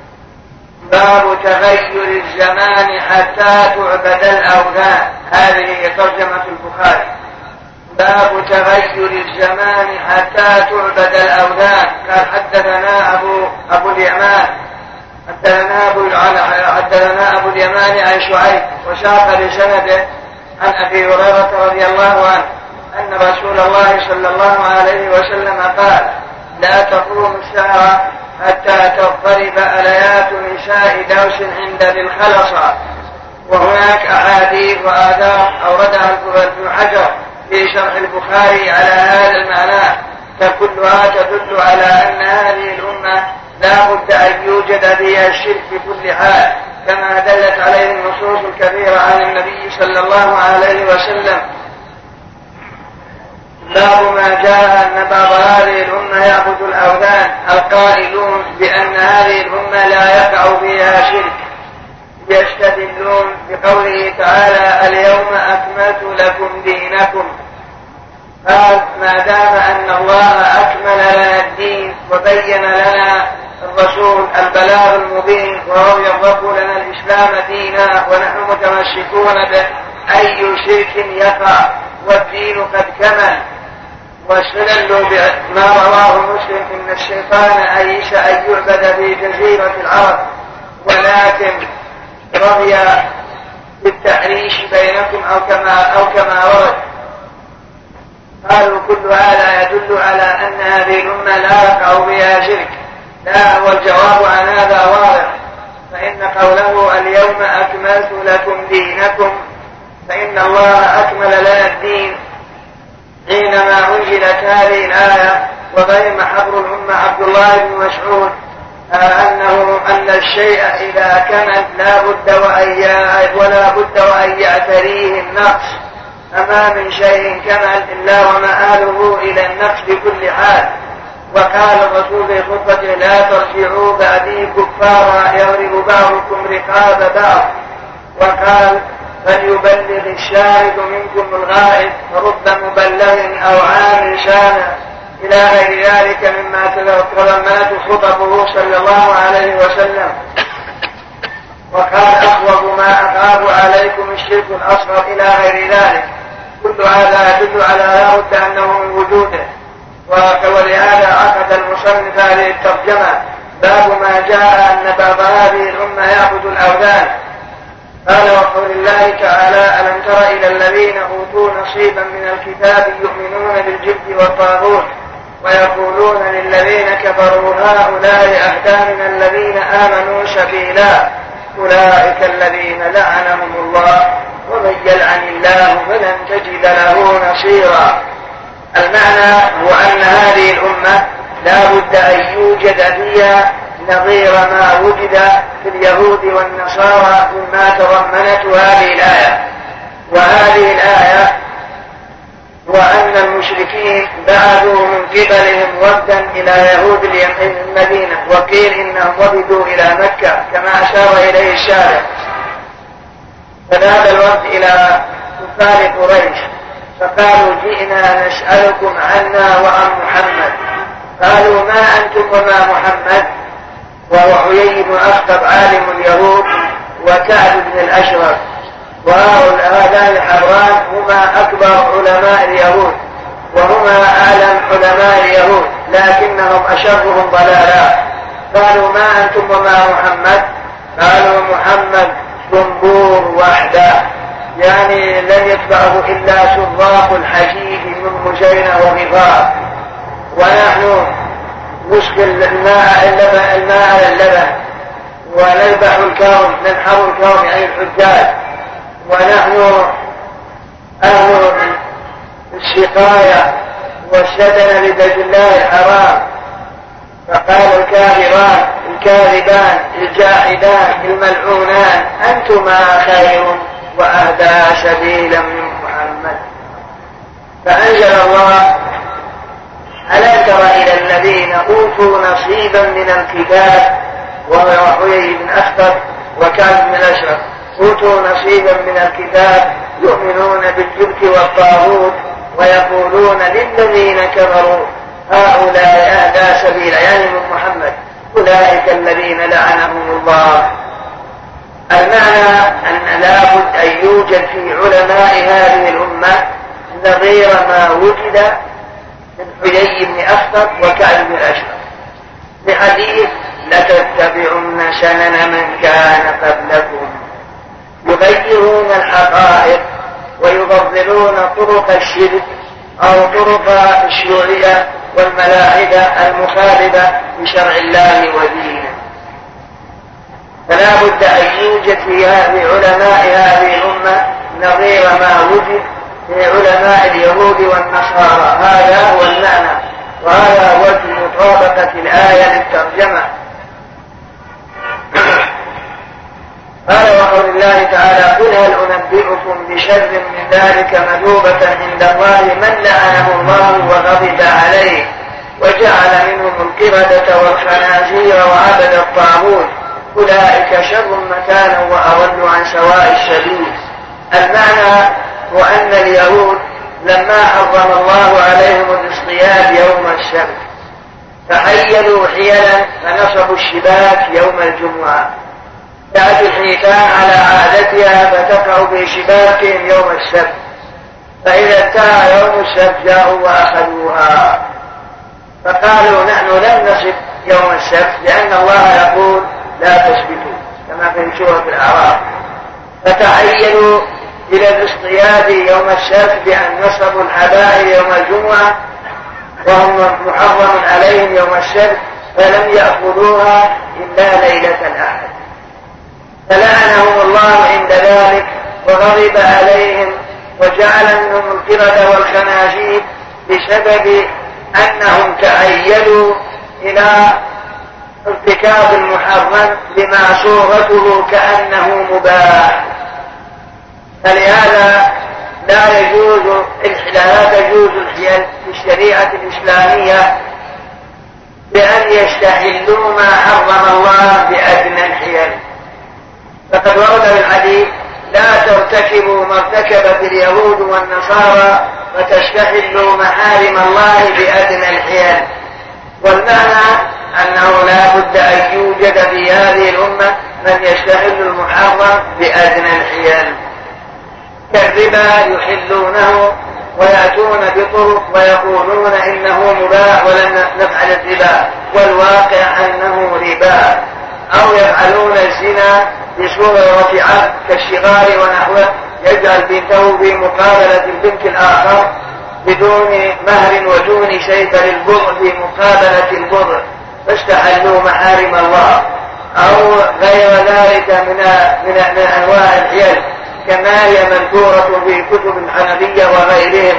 Speaker 2: باب تغير الزمان حتى تعبد الأوثان. هذه ترجمة البخاري، باب تغير الزمان حتى تعبد الأوثان. قال حدثنا أبو, أبو اليمان حدثنا أبو, حدثنا أبو اليمان عن شعيب وساق بسنده عن أبي هريرة رضي الله عنه أن رسول الله صلى الله عليه وسلم قال لا تقوم الساعة حتى تضطرب آليات نساء دوس عند ذي الخلصة. وهناك أحاديث وآثار أوردها ابن حجر في شرح البخاري على هذا المعنى، فكلها تدل على أن هذه الأمة لا بد أن يوجد فيها الشرك في كل حال، كما دلت عليه النصوص الكثيرة عن النبي صلى الله عليه وسلم. باب ما جاء أن بعض هذه الأمة يعبد الأوثان. القائلون بأن هذه الأمة لا يقع فيها شرك يستدلون بقوله تعالى اليوم أكملت لكم دينكم. قال ما دام أن الله أكمل لنا الدين وبين لنا الرسول البلاغ المبين ورضي الله لنا الإسلام دينا ونحن متمسكون به، أي شرك يقع والدين قد كمل. واستدلوا بما رواه مسلم إن الشيطان أيس أن يعبد في جزيرة العرب ولكن رضي بالتعريش بينكم أو كما, أو كما ورد. قالوا كل هذا يدل على أن هذه الأمة لا يقع بها شرك. لا، والجواب عن هذا واضح، فإن قوله اليوم أكملت لكم دينكم فإن الله أكمل لنا الدين حينما أنزلت هذه الآية. وبين حبر الأمة عبد الله بن مسعود أنه أن الشيء إذا كمل لا بد وأن ولا بد وأن يعتريه النقص، أما من شيء كمل إلا ومآله إلى النقص بكل حال. وقال الرسول في خطبته لا ترجعوا بعدي كفارا يضرب بعضكم رقاب بعض. وقال فليبلغ الشاهد منكم الغائب فرب مبلغ أو عامل شانه إلى غير ذلك مما تضمنت خطبه صلى الله عليه وسلم. وقال أخوف ما أخاف عليكم الشرك الأصغر إلى غير ذلك. كل هذا يدل على لا بد أنه من وجوده. ولهذا عقد المصنف هذه الترجمة باب ما جاء أن بعض هذه الأمة يعبد الأوثان. قال وقول الله تعالى ألم تر إلى الذين أوتوا نصيبا من الكتاب يؤمنون بالجبت والطاغوت ويقولون للذين كفروا هؤلاء أهدى من الذين آمنوا سبيلا أولئك الذين لعنهم الله ومن يلعن الله فلن تجد له نصيرا. المعنى هو أن هذه الأمة لا بد أن يوجد فيها نظير ما وجد في اليهود والنصارى مما تضمنته هذه الآية. وهذه الآية وأن المشركين بعثوا من قبلهم وفدا إلى يهود المدينة، وقيل إنهم وفدوا إلى مكة كما أشار إليه الشارع. فذهب الوفد إلى كفار قريش فقالوا جئنا نسألكم عنا وعن محمد. قالوا ما أنتم وما محمد؟ وهو عيي بن أخطب عالم اليهود وكعب بن الأشرف، وهؤلاء الحبران هما أكبر علماء اليهود وهما أعلم علماء اليهود لكنهم أشرهم ضلالا. قالوا ما أنتم وما محمد؟ قالوا محمد جنبور وحده، يعني لن يتبعه إلا سراق الحجيج من مزينة وغفار، ونحن نسقي الماء الماء على اللبن ونذبح الكون ننحر الكون عن الحجاج، ونحن أهل السقاية والسدن لبيت الله الحرام. فقال الكافران الكاذبان الجاحدان الملعونان أنتما خير وأهدى سبيلا من محمد. فأنزل الله ألا تر إلى الذين أوتوا نصيبا من الكتاب، وهو حيي بن أخطب وكعب بن الأشرف، أوتوا نصيبا من الكتاب يؤمنون بالجبت والطاغوت ويقولون للذين كفروا هؤلاء أهدى سبيلا، يعني من محمد أولئك الذين لعنهم الله. المعنى أن لا بد أن يوجد في علماء هذه الأمة نظير ما وجد من حيي بن أخطب وكعب بن الأشرف، بحديث لتتبعن سنن من كان قبلكم يغيرون الحقائق ويفضلون طرق الشرك أو طرق الشيوعية والملاحدة المخالفة لشرع الله ودينه. فلا بد أن يوجد في علماء هذه الأمة نظير ما وجد في علماء اليهود والنصارى. هذا هو المعنى، وهذا وجه مطابقة الآية للترجمة. قال وقول الله تعالى قل هل أنبئكم بشر من ذلك مثوبة عند الله من لعنه الله وغضب عليه وجعل منهم القردة والخنازير وعبد الطاغوت أولئك شر مكانا وأضل عن سواء السبيل. المعنى هو أن اليهود لما حرم الله عليهم الاصطياد يوم السبت فحيلوا حيلا فنصبوا الشباك يوم الجمعة، تأتي الحيتان على عادتها فتقع بشباكهم يوم السبت، فإذا انتهى يوم السبت جاءوا وأخذوها. فقالوا نحن لن نصب يوم السبت لأن الله يقول لا تسبتوا كما في سورة الأعراف، فتحيلوا إلى الاصطياد يوم السبت بأن نصبوا الحبائل يوم الجمعة وهم محرم عليهم يوم السبت، فلم يأخذوها إلا ليلة الأحد، فلعنهم الله عند ذلك وغضب عليهم وجعل منهم القردة والخنازير بسبب أنهم تأيلوا إلى ارتكاب المحرم بما صورته كأنه مباح. فلهذا لا يجوز لا تجوز الحيل في الشريعة الإسلامية بأن يستحلوا ما حرم الله بأدنى الحيل. فقد ورد في الحديث لا ترتكبوا ما ارتكبت اليهود والنصارى فتستحلوا محارم الله بأدنى الحيل. والمعنى أنه لا بد أن يوجد في هذه الأمة من يستحل المحرم بأدنى الحيل، كالربا يحلونه ويأتون بطرق ويقولون إنه مباح ولن نفعل الربا والواقع أنه ربا، أو يفعلون الزنا بصورة رفعت كالشغار ونحوه، يجعل بنته في مقابلة البنت الآخر بدون مهر ودون شيء للبضع في مقابلة البضع، فاستحلوا محارم الله أو غير ذلك من من من أنواع الحيل كما هي مذكورة في كتب الحنفية وغيرهم.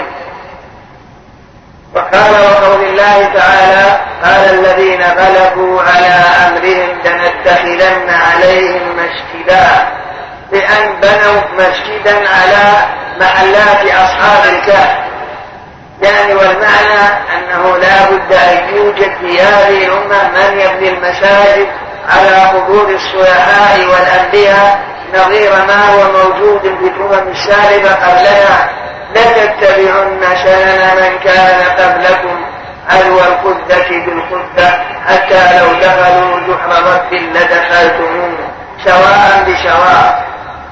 Speaker 2: وقال وقول الله تعالى قال الذين غلبوا على أمرهم لنتخذن عليهم مسجدا، بأن بنوا مسجدا على محلات أصحاب الكهف، يعني والمعنى أنه لا بد أن يوجد في هذه الأمة من يبني المساجد على قبور الصلحاء والأنبياء نظير ما هو موجود في الأمم السابقة قبلنا. لتتبعن سنن من كان قبلكم عدو الخدة بالخدة حتى لو دخلوا جحر رب لدخلتموه سواء بسواء.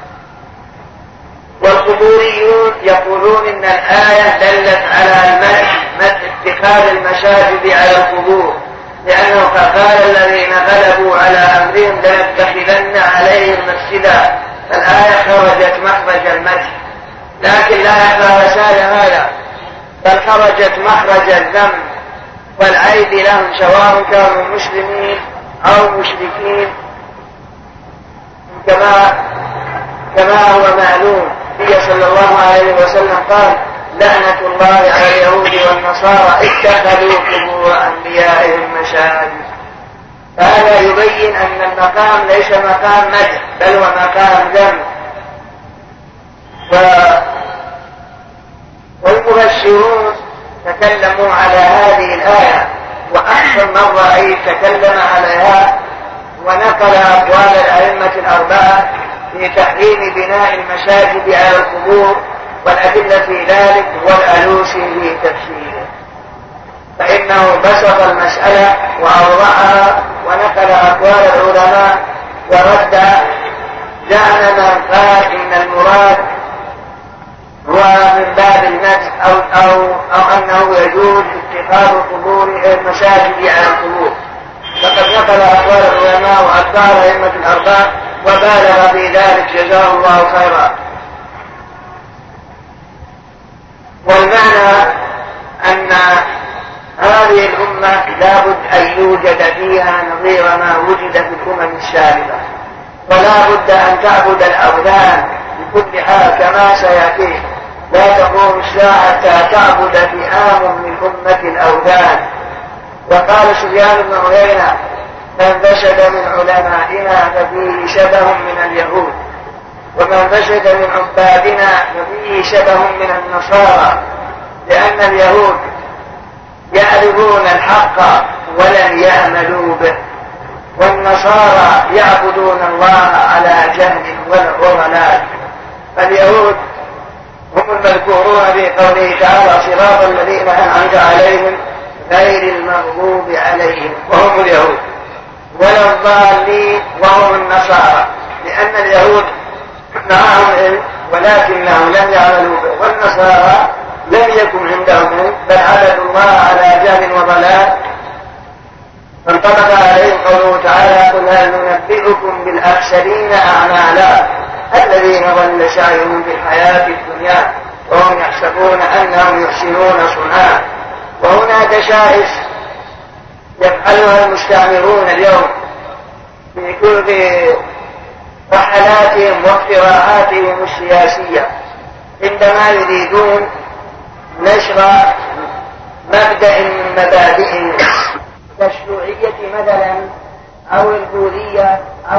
Speaker 2: والقبوريون يقولون إن الآية دلت على المدح اتخاذ المساجد على القبور، لأنه قال الذين غلبوا على أمرهم لنتخذن عليهم مسجدا، فالآية خرجت مخرج المدح، لكن لا يخفى رسالة هذا بل خرجت مخرج الذم والعيب لهم سواء كانوا مسلمين أو مشركين، كما كما هو معلوم. النبي صلى الله عليه وسلم قال لعنة الله على اليهود والنصارى اتخذوا قبور أنبيائهم مساجد. هذا يبين أن المقام ليس مقام مدح بل هو مقام ذم. و... والمبشرون تكلموا على هذه الآية، وأحسن من رأيت تكلم عليها ونقل أقوال الأئمة الأربعة في تحريم بناء المساجد على القبور، والأدلة في ذلك والألوسي في تفسيره، فإنه بسط المسألة وأوضحها ونقل أقوال العلماء ورد زعم من قال إن المراد هو من باب المدح أو, أو, أو أنه يجوز اتخاذ قبور المساجد على القبور. فقد نقل أقوال العلماء وأتباع الأئمة الأربعة وبالغ في ذلك جزاه الله خيرا. والمعنى أن هذه الأمة لابد أن يوجد فيها نظير ما وجد في الأمم السابقة، ولا بد أن تعبد الأوثان بكل حال كما سيأتي. لا تقوم الساعة تعبد فئام من أمة الأوثان. وقال سفيان بن عيينة من فسد من علمائنا ففيه شبه من اليهود، ومن فسد من عبادنا ففيه شبه من النصارى، لأن اليهود يعرفون الحق ولن يعملوا به، والنصارى يعبدون الله على جهل وضلال. فاليهود هم المذكورون في قوله تعالى صراط الذين أنعمت عليهم غير المغضوب عليهم وهم اليهود، ولا الضالين وهم النصارى، لأن اليهود معهم علم ولكنهم لم يعملوا به، والنصارى لم يكن عندهم علم بل عبدوا الله على جهل وضلال. فانطبق عليهم قوله تعالى قل هل ننبئكم بالأخسرين أعمالا الذين ضل سعيهم في الحياة الدنيا وهم يحسبون أنهم يحسنون صنعا. وهنا دشائس يفعلها المستعمرون اليوم في كل رحلاتهم واقتراحاتهم السياسية، عندما يريدون نشر مبدأ من مبادئهم كالشيوعية مثلا أو البوذية أو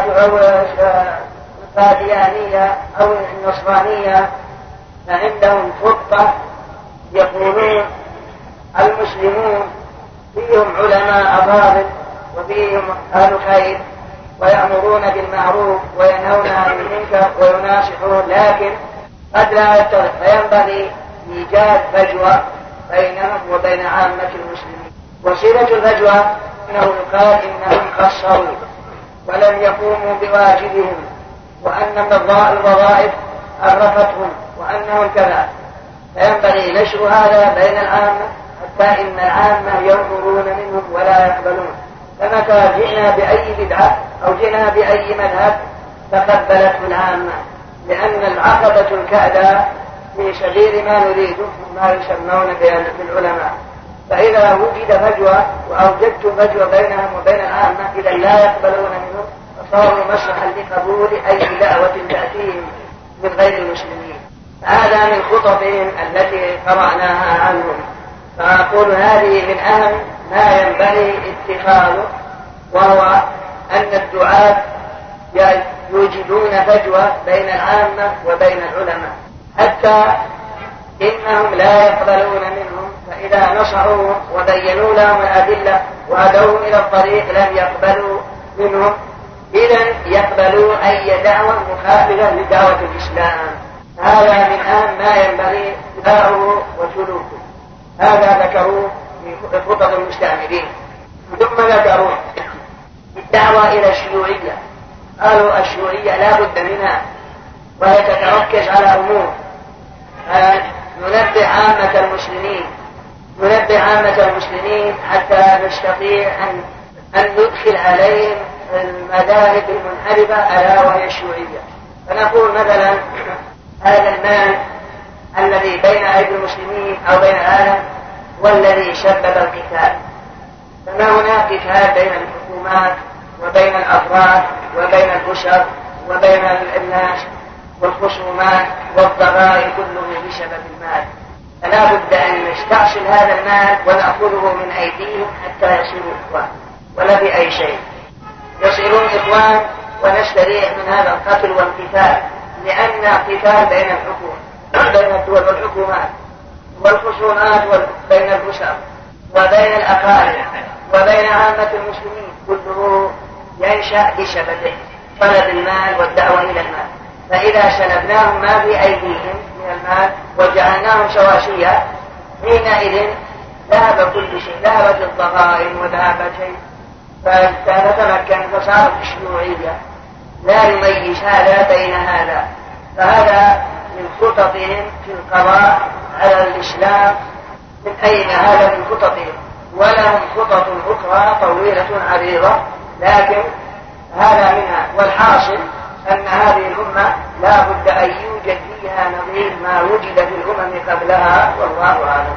Speaker 2: القاديانية أو النصرانية، فعندهم خطة يقولون المسلمون فيهم علماء أفاضل وفيهم أهل خير ويأمرون بالمعروف وينهون عن المنكر ويناصحون، لكن قد لا يتضح، فينبغي إيجاد فجوة بينهم وبين عامة المسلمين. وسيلة الفجوة أنه يقال إنهم قصروا ولم يقوموا بواجبهم، وأن الوظائف عرفتهم وأنهم كذا، فينبغي نشر هذا بين العامة حتى إن العامة ينظرون منهم ولا يقبلون. فمتى جئنا بأي بدعة أو جئنا بأي مذهب تقبلته العامة، لأن العقبة الكأدى في سبيل ما نريده ما يسمون بالعلماء. فإذا وجد فجوة وأوجدت فجوة بينهم وبين العامة إذا لا يقبلون منهم فصاروا مسرحا لقبول أي دعوة تأتيهم من غير المسلمين. هذا من خططهم التي قرأناها عنهم. فأقول هذه من أهم ما ينبغي اتخاذه، وهو أن الدعاة يوجدون فجوة بين العامة وبين العلماء حتى إنهم لا يقبلون منهم، فإذا نصحوهم وبينوا لهم الأدلة وهدوهم إلى الطريق لم يقبلوا منهم، إذن يقبلوا أي دعوة مخالفة لدعوة الإسلام. هذا من أهم ما ينبغي اتباعه وسلوكه. هذا ذكروه في خطط المستعمرين. ثم ذكروا الدعوة إلى الشيوعية. قالوا الشيوعية لا بد منها، وهي تتركز على أمور. ننبه عامة المسلمين ننبه عامة المسلمين حتى نستطيع أن أن ندخل عليهم المذاهب المنحرفة ألا وهي الشيوعية. فنقول مثلا هذا المال الذي بين أيدي المسلمين أو بين العالم والذي سبب القتال، فما هناك قتال بين الحكومات وبين الأفراد وبين الأسر وبين الناس، والخصومات والضرائب كله بسبب المال. فلا بد أن نستأصل هذا المال ونأخذه من أيديهم حتى يصيروا إخوان، ولا بأي شيء يصيرون إخوان ونستريح من هذا القتل والقتال، لأن القتال بين الحكومة بين الدول والحكومات والخصومات بين الأسر وبين الأقارب وبين عامة المسلمين كله ينشأ بسبب طلب المال والدعوة إلى المال. فإذا سلبناهم ما في أيديهم من المال وجعلناهم سواسية حينئذ ذهب كل شيء، ذهبت الضغائن وذهب شيء، فتتمكن فصارت الشيوعية لا يميز هذا بين هذا. فهذا من خططهم في القضاء على الإسلام. من أين هذا؟ من خططهم، ولهم خطط أخرى طويلة عريضة، لكن هذا منها. والحاصل أن هذه الأمة لا بد أن يوجد فيها نظير ما وجد في الأمم قبلها، والله أعلم.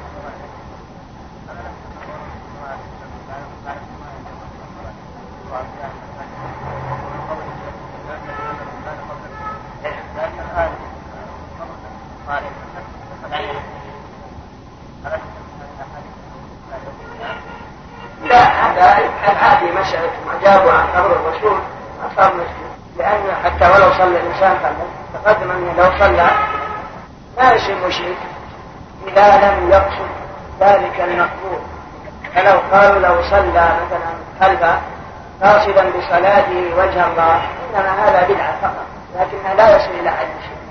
Speaker 2: لا، هذا هذه مسألة أجابوا عن قبر الرسول ما صار مشكلة، لأن حتى ولو صلى الإنسان قبل تقدم أنه لو صلى ما يصير مشرك إذا لم يقصد ذلك المقبول. فلو قالوا لو صلى مثلا خلفه قاصدا بصلاته وجه الله إنما هذا بدعة فقط، لكنها لا يصل إلى حد شيء.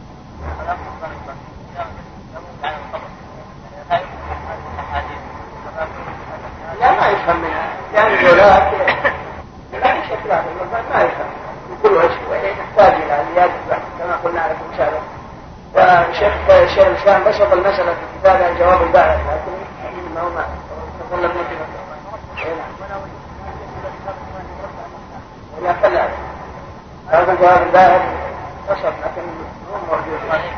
Speaker 2: لا ما يفهم منها، يعني الولاة لا يشكل هذا المرضى ما يفهم يقول وجه، ويحتاج إلى زيادة البحث كما قلنا لكم سابقا. وشيخ الشيخ الإسلام بسط المسألة في كتابه الجواب الباعث، لكن ما هو ما تطلب منه ولا خلى هذا الجواب الباعث بسط، لكن هو موجود.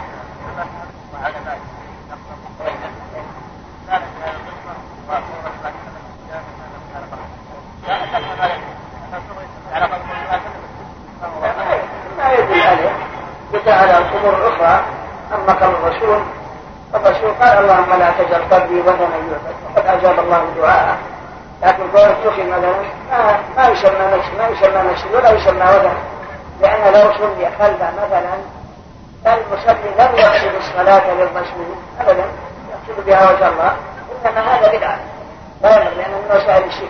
Speaker 2: ما يدل عليه يدل على الأمور الأخرى. أما قال الرسول الرسول قال اللهم لا تجعل قلبي وثنا يعبد، وقد أجاب الله دعاءه. لكن قول اتخذ مثلا ما يسمى نفسي ما يسمى نفسي ولا يسمى وثنا، لأن لو صلي خلفه مثلا المصلي لم يقصد الصلاة للرسول أبدا، يقصد بها وجه الله، إنما هذا بدعة لا يمر، لأنه من وسائل الشرك.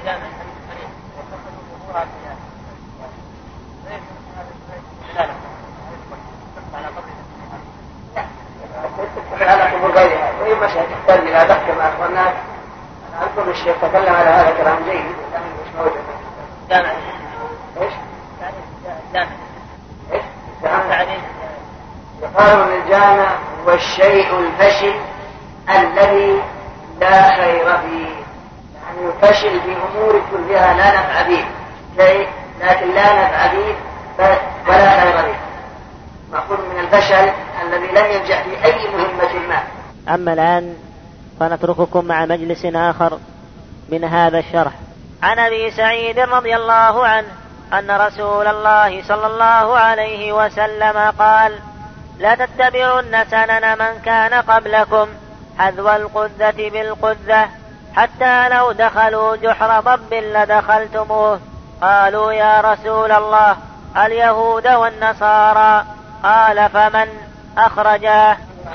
Speaker 2: على قبول غيرها وهي مسألة تحتاج إلى بحث كما أخبرناك. أنا أذكر الشيخ تكلم على هذا كلام جيد، لكن مش موجود. جامع إيش؟ جامع إيش؟ جامع يقال من الجامع والشيء الفشل الذي لا خير فيه، يعني فشل في أمور كلها لا نفع به شيء، لكن لا نفع به ولا خير به. مأخوذ من الفشل الذي لم ينجح في أي مهمة ما.
Speaker 4: أما الآن فنترككم مع مجلس آخر من هذا الشرح.
Speaker 5: عن أبي سعيد رضي الله عنه أن رسول الله صلى الله عليه وسلم قال: لا تتبعن سنن من كان قبلكم حذو القذة بالقذة حتى لو دخلوا جحر ضب لدخلتموه. قالوا: يا رسول الله اليهود والنصارى؟ قال: فمن؟ أخرجاه.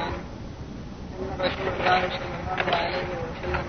Speaker 2: رسول الله صلى الله عليه وسلم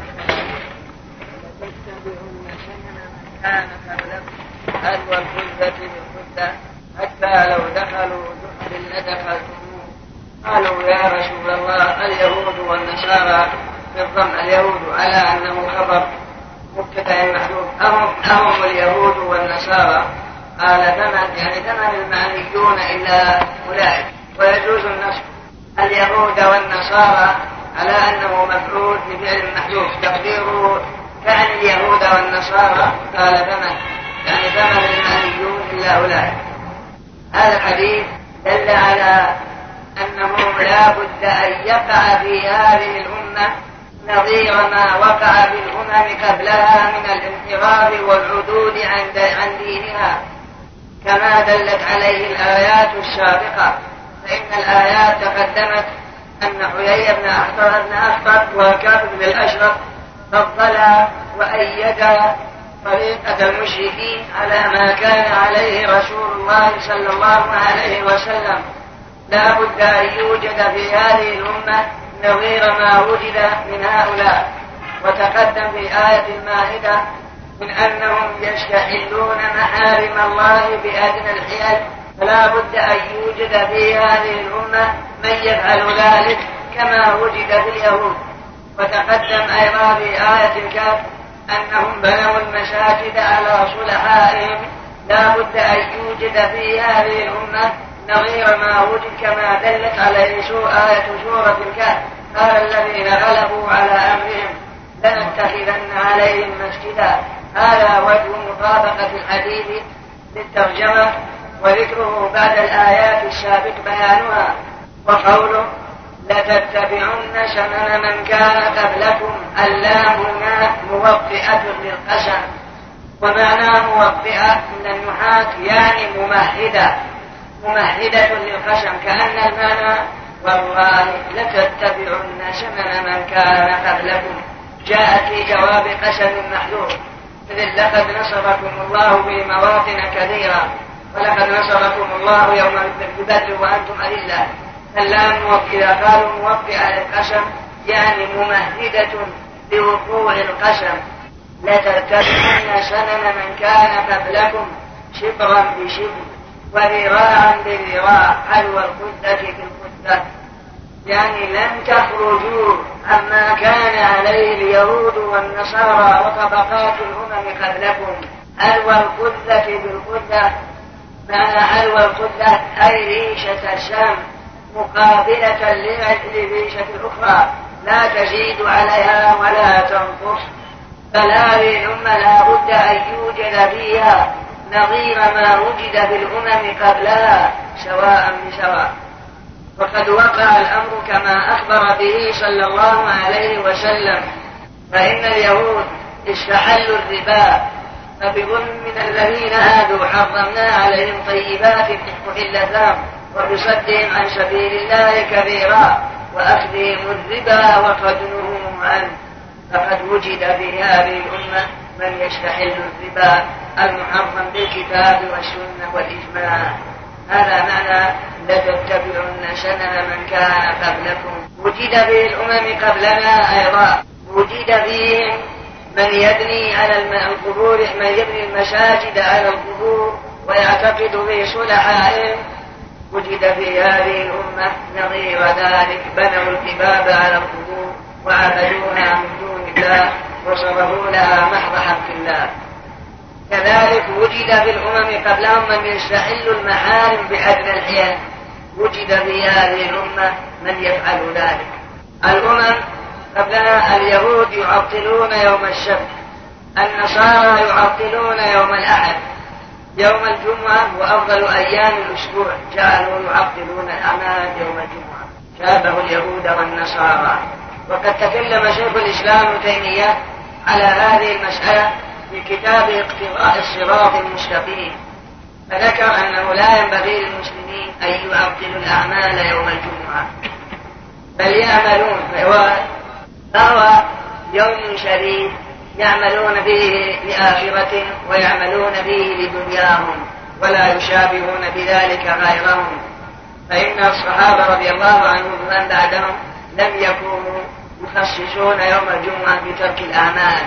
Speaker 2: لتتبعن سنن من كان قبلكم حذو القذة بالقذة حتى لو دخلوا جحر لدخلتموه. قالوا: يا رسول الله اليهود والنصارى؟ بالضم اليهود على أنه خبر مبتدأ محذوف، أهم اليهود والنصارى؟ قال: فمن؟ يعني فمن المعنيون إلا أولئك. ويجوز النصب اليهود والنصارى على أنه مفعول بفعل محذوف تقديره كان اليهود والنصارى. قال: فمن؟ يعني فمن المعنيون إلا أولئك. هذا الحديث دل على أنه لا بد أن يقع في هذه الأمة نظير ما وقع في الأمم قبلها من الانحراف والعدول عن دينها، كما دلت عليه الآيات السابقة. فإن الآيات تقدمت أن حيي بن أخطب وكعب بن الأشرف فضلا وأيدا طريقة المشركين على ما كان عليه رسول الله صلى الله عليه وسلم. لا بد أن يوجد في هذه الأمة نظير ما وجد من هؤلاء. وتقدم في آية المائدة من أنهم يستحلون محارم الله بأدنى الحيل، فلا بد أن يوجد في هذه الأمة من يفعل ذلك كما وجد في اليهود. وتقدم أيضا في آية الكهف أنهم بنوا المساجد على صلحائهم. لا بد أن يوجد في هذه الأمة نظير ما وجد كما دلت عليه آية سورة الكهف. قال الذين غلبوا على أمرهم لنتخذن عليهم مسجدا. هذا وجه مطابقة الحديث للترجمة، وذكره بعد الآيات السابق بيانها. وقوله لتتبعن سنن من كان قبلكم، اللام هنا موطئة للقسم، ومعنى موطئة من النحاة يعني ممهدة ممهدة للقسم، كأن المعنى والله لتتبعن سنن من كان قبلكم جاءت في جواب قسم محذوف، إذ لقد نصركم الله في مواطن كثيرة، ولقد نصركم الله يوم بدر وأنتم أذلة. اللام إذا قالوا موطئة للقسم يعني ممهدة لوقوع القسم. لتتبعن سنن من كان قبلكم شبرا بشبر وذراعا بذراع حلو القدة في القدة، يعني لن تخرجوا عما كان عليه اليهود والنصارى وطبقات الأمم قبلكم. حلو القدة بالقدة معنى حلو القدة أي ريشة الشام مقابلة للريشة الأخرى لا تزيد عليها ولا تنقص. فهذه الأمة لا بد أن يوجد فيها نظير ما وجد في الأمم قبلها سواء بسواء. وقد وقع الأمر كما أخبر به صلى الله عليه وسلم، فإن اليهود استحلوا الربا، فبظلم من الذين هادوا حرمنا عليهم طيبات أحلت لهم وبصدهم عن سبيل الله كثيرا وأخذهم الربا وقد نهوا عنه. فقد وجد في هذه الأمة من يستحل الربا المحرم بالكتاب والسنة والإجماع. هذا معنى لتتبعن سنن من كان قبلكم. وجد في الأمم قبلنا أيضا، وجد فيهم من يبني على القبور، من يبني المساجد على القبور ويعتقد في صلحائهم. وجد في هذه الأمة نظير ذلك، بنوا الكباب على القبور وعبدوها من دون الله وصرفوا لها محض حق الله. كذلك وجد في الأمم قبلهم من يستحل المحارم بأدنى الحيل. وجد في هذه الأمة من يفعل ذلك. الأمم قبلنا اليهود يعطلون يوم السبت، النصارى يعطلون يوم الأحد، يوم الجمعة وأفضل أيام الأسبوع جعلوا يعطلون الأعمال يوم الجمعة، شابه اليهود والنصارى. وقد تكلم شيخ الإسلام ابن تيمية على هذه المسألة في كتابه اقتضاء الصراط المستقيم، فذكر أنه لا ينبغي للمسلمين أن يعطلوا الأعمال يوم الجمعة بل يعملون، فهو يوم شريف يعملون به لآخرتهم ويعملون به لدنياهم ولا يشابهون بذلك غيرهم، فإن الصحابة رضي الله عنهم ومن بعدهم لم يكونوا يخصصون يوم الجمعة بترك الأعمال،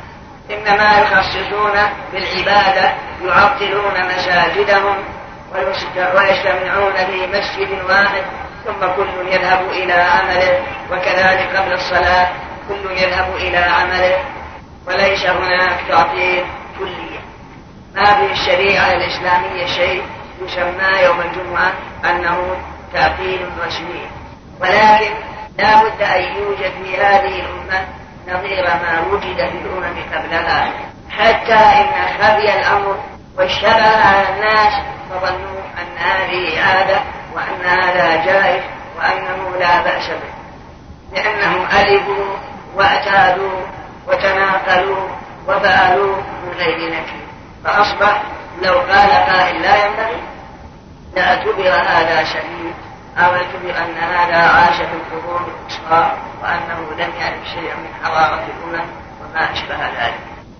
Speaker 2: إنما يخصصون بالعبادة، يعطلون مساجدهم ويجتمعون في مسجد واحد ثم كل يذهب إلى عمله، وكذلك قبل الصلاة كل يذهب إلى عمله، وليس هناك تعطيل كلي. ما في الشريعة الإسلامية شيء يسمى يوم الجمعة أنه تعطيل رسمي، ولكن لا بد أن يوجد في هذه الأمة نظير ما وجد في الأمم قبلها، حتى إن خبي الأمر واشتبه على الناس فظنوا أن هذه عادة وأن هذا جائز وأنه لا بأس به، لأنهم ألفوا واعتادوا وتناقلوا وفعلوا من غير نكير، فأصبح لو قال قائل لا ينبغي لاعتبر هذا شديد أو اعتبر أن هذا عاش في القرون الوسطى وأنه لم يعرف شيئا من حضارة الأمم وما أشبه ذلك.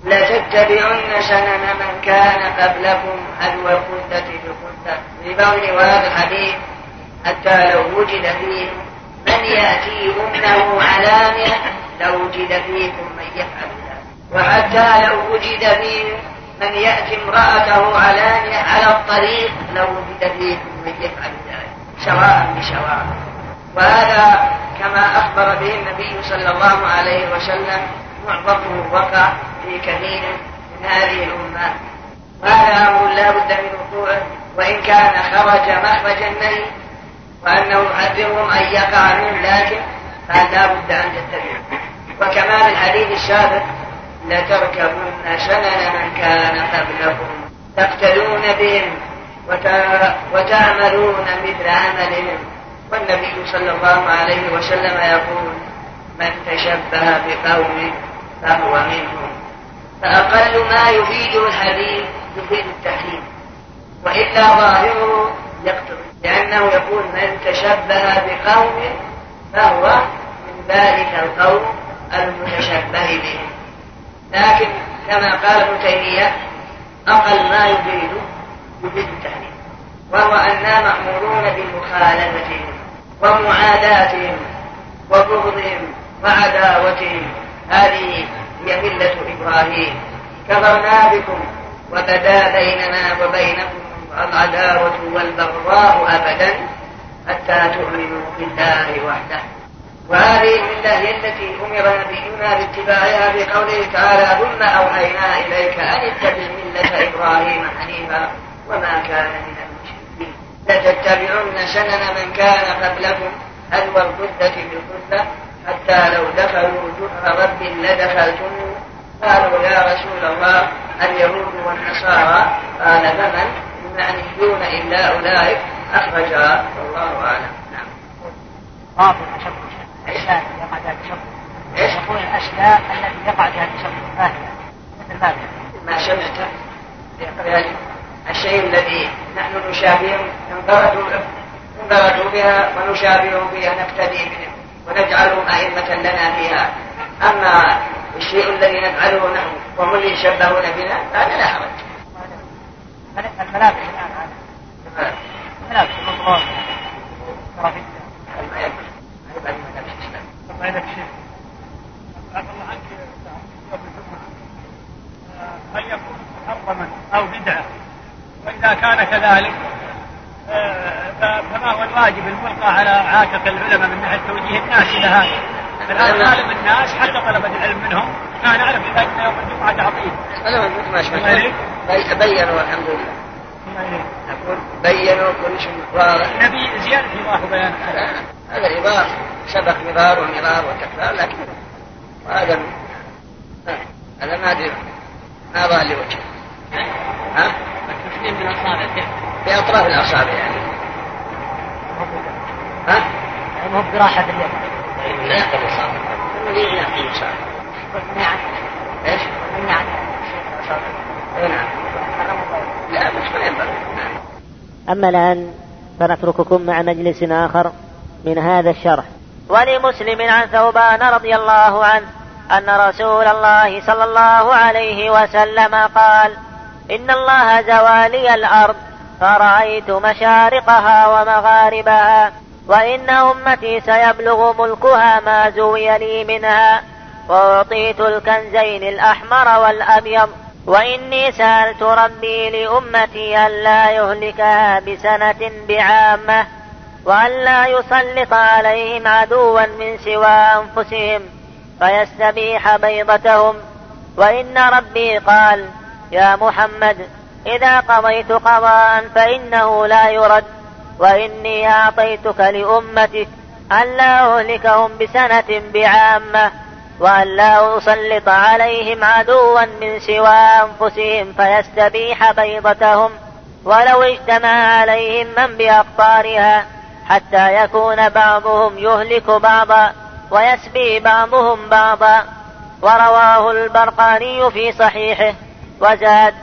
Speaker 2: لتتبعن سنن من كان قبلكم هدو الخلة بالخلة، في بعض روايات الحديث حتى لو وجد فيه من يأتي أمه علانية لوجد فيكم من يفعل ذلك، وحتى لو وجد فيه من يأتي امرأته علانية على الطريق لوجد فيكم من يفعل ذلك سواء بسواء. وهذا كما أخبر به النبي صلى الله عليه وسلم معظمه وقع في كثير من هذه الأمة، وهذا أمر لا بد من وقوعه، وإن كان خرج مخرج النهي وأنه يحذرهم أن يقع منه، لكن فلا بد أن تتبعه. وكما في الحديث السابق لتركبن سنن من كان قبلكم تقتلون بهم وتعملون مثل عملهم، والنبي صلى الله عليه وسلم يقول من تشبه بقوم فهو منهم، فأقل ما يفيده الحديث يفيد التحريم، وإلا ظاهره يقتضي، لأنه يقول من تشبه بقوم فهو من ذلك القوم المتشبه بهم. لكن كما قال ابن تيمية أقل ما يفيد يفيد التحريم، وهو أننا مأمورون بمخالفتهم ومعاداتهم وبغضهم وعداوتهم، هذه هي ملة إبراهيم، كفرنا بكم وبدا بيننا وبينكم العداوة والبغضاء أبدا حتى تؤمنوا بالله وحده. وهذه الملة هي التي أمر نبينا باتباعها في قوله تعالى ثم أوحينا إليك أن اتبع ملة إبراهيم حنيفا وما كان من المشركين. لتتبعن سنن من كان قبلكم هدو القدة بالقدة حتى لو دخلوا جحر رب لدخلتموه. قالوا يا رسول الله اليهود والنصارى؟ قال فمن؟ المعنيون إلا أولئك أخرجها والله أعلم. نعم.
Speaker 6: باب التشبه الأشياء التي يقع فيها التشبه، يقول الأشياء التي يقع فيها التشبه ما هي؟ مثل ماذا؟
Speaker 2: ما سمعت يعني الشيء الذي نحن نشابهه انضرطوا بها ونشابهه بها نقتدي بهم ونجعلهم أئمة لنا فيها. أما الشيء الذي نفعله نحن وهم اللي يشبهون بنا هذا لا حرج.
Speaker 6: الملابس الآن هذا الملابس المطلوب
Speaker 2: ما يكفي ما يبقى الملابس الإسلام.
Speaker 3: الله يلك شيء عفى الله عنك يوم الجمعة هل يكون محرما أو بدعة؟ وإذا كان كذلك فما هو الواجب الملقى على عاتق العلماء من ناحية توجيه الناس إلى هذا؟ الآن عالم الناس حتى طلبة العلم منهم ما نعرف إذا كنا يوم الجمعة تعطيل.
Speaker 2: أنا ما شاء بيّنوا الحمد لله. نقول بيّنوا كل شيء واضح.
Speaker 3: النبي زيادة إيضاح وبيان.
Speaker 2: هذا الإيضاح سبق مضار ومرار وتكرار، لكن هذا هذا ما أدري ما ضال لوجه. ها؟
Speaker 6: التسليم من الأصابع
Speaker 2: بأطراف الأصابع يعني. ها؟
Speaker 6: مو براحة اليد.
Speaker 2: لا. الترمذي نعم صحيح. ايش؟ نعم. لا بس ما ينبغي.
Speaker 4: أما الآن فنترككم مع مجلس آخر من هذا الشرح.
Speaker 5: ولمسلم عن ثوبان رضي الله عنه أن رسول الله صلى الله عليه وسلم قال: إن الله زوالي الأرض فرأيت مشارقها ومغاربها، وإن أمتي سيبلغ ملكها ما زوي لي منها، وأعطيت الكنزين الأحمر والأبيض، وإني سألت ربي لأمتي ألا يهلكها بسنة بعامة، وألا يسلط عليهم عدوا من سوى أنفسهم فيستبيح بيضتهم. وإن ربي قال: يا محمد إذا قضيت قضاء فإنه لا يرد، وإني أعطيتك لأمتك ألا أهلكهم بسنة بعامة، وألا أسلط عليهم عدوا من سوى أنفسهم فيستبيح بيضتهم، ولو اجتمع عليهم من بأقطارها حتى يكون بعضهم يهلك بعضا ويسبي بعضهم بعضا. ورواه البرقاني في صحيحه وزاد: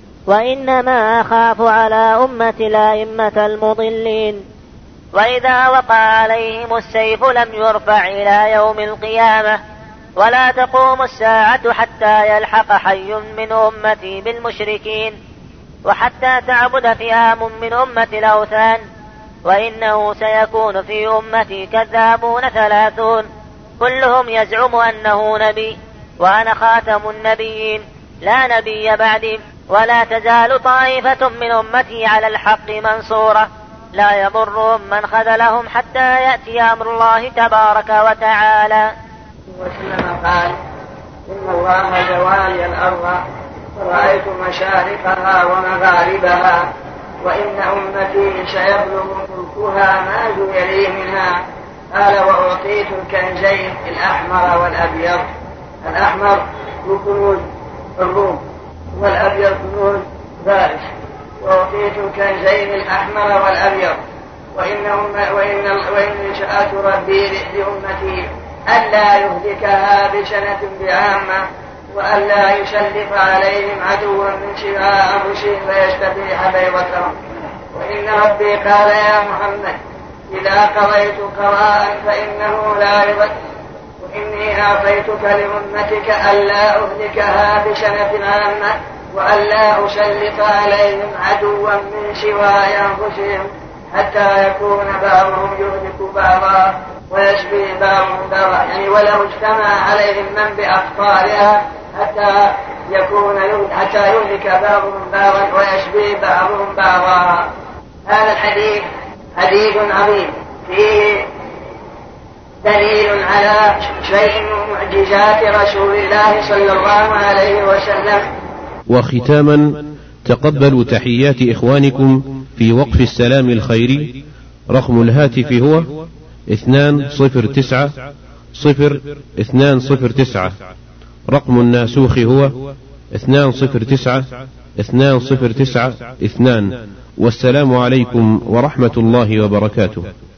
Speaker 4: وإنما أخاف على أمة الأئمة المضلين.
Speaker 5: وإذا وقع عليهم السيف لم يرفع إلى يوم القيامة، ولا تقوم الساعة حتى يلحق حي من أمتي بالمشركين، وحتى تعبد فئام من أمة الأوثان. وإنه سيكون في أمتي كذابون ثلاثون كلهم يزعم أنه نبي، وأنا خاتم النبيين لا نبي بعدي، ولا تزال طائفة من أمتي على الحق منصورة لا يضرهم من خذلهم حتى يأتي أمر الله تبارك وتعالى.
Speaker 2: وسلم قال: إن الله زوالي الأرض فرأيت مشارقها ومغاربها، وإن أمتي سيبلغ ملكها ما زوي لي منها. قال: وأعطيت الكنزين الأحمر والأبيض. الأحمر كنوز الروم، والأبيض كنوز فارس. وأعطيت الكنزين الأحمر والأبيض، وإنهم وإن وإن سألت ربي لأمتي ألا يهلكها بسنة بعامة، وألا يسلط عليهم عدوا من سوى أنفسهم فيستبيح بيضتهم. وإن ربي قال: يا محمد إذا قضيت قضاء فإنه لا يرد، وإني أعطيتك لأمتك ألا أهلكها بسنة عامة، وألا أسلط عليهم عدوا من سوى أنفسهم حتى يكون بعضهم يهلك بعضا ويسبي بعضهم بعضا، يعني ولو اجتمع عليهم من بأقطارها حتى يكون حتى يهلك بعضهم بعضا ويسبي بعضهم بعضا. هذا الحديث حديث عظيم فيه دليل على شيء من معجزات رسول الله صلى الله عليه وسلم.
Speaker 1: وختاما تقبلوا تحيات إخوانكم في وقف السلام الخيري. رقم الهاتف هو اثنان صفر تسعة صفر اثنان صفر تسعة. رقم الناسوخ هو اثنان صفر تسعة اثنان صفر تسعة اثنان. والسلام عليكم ورحمة الله وبركاته.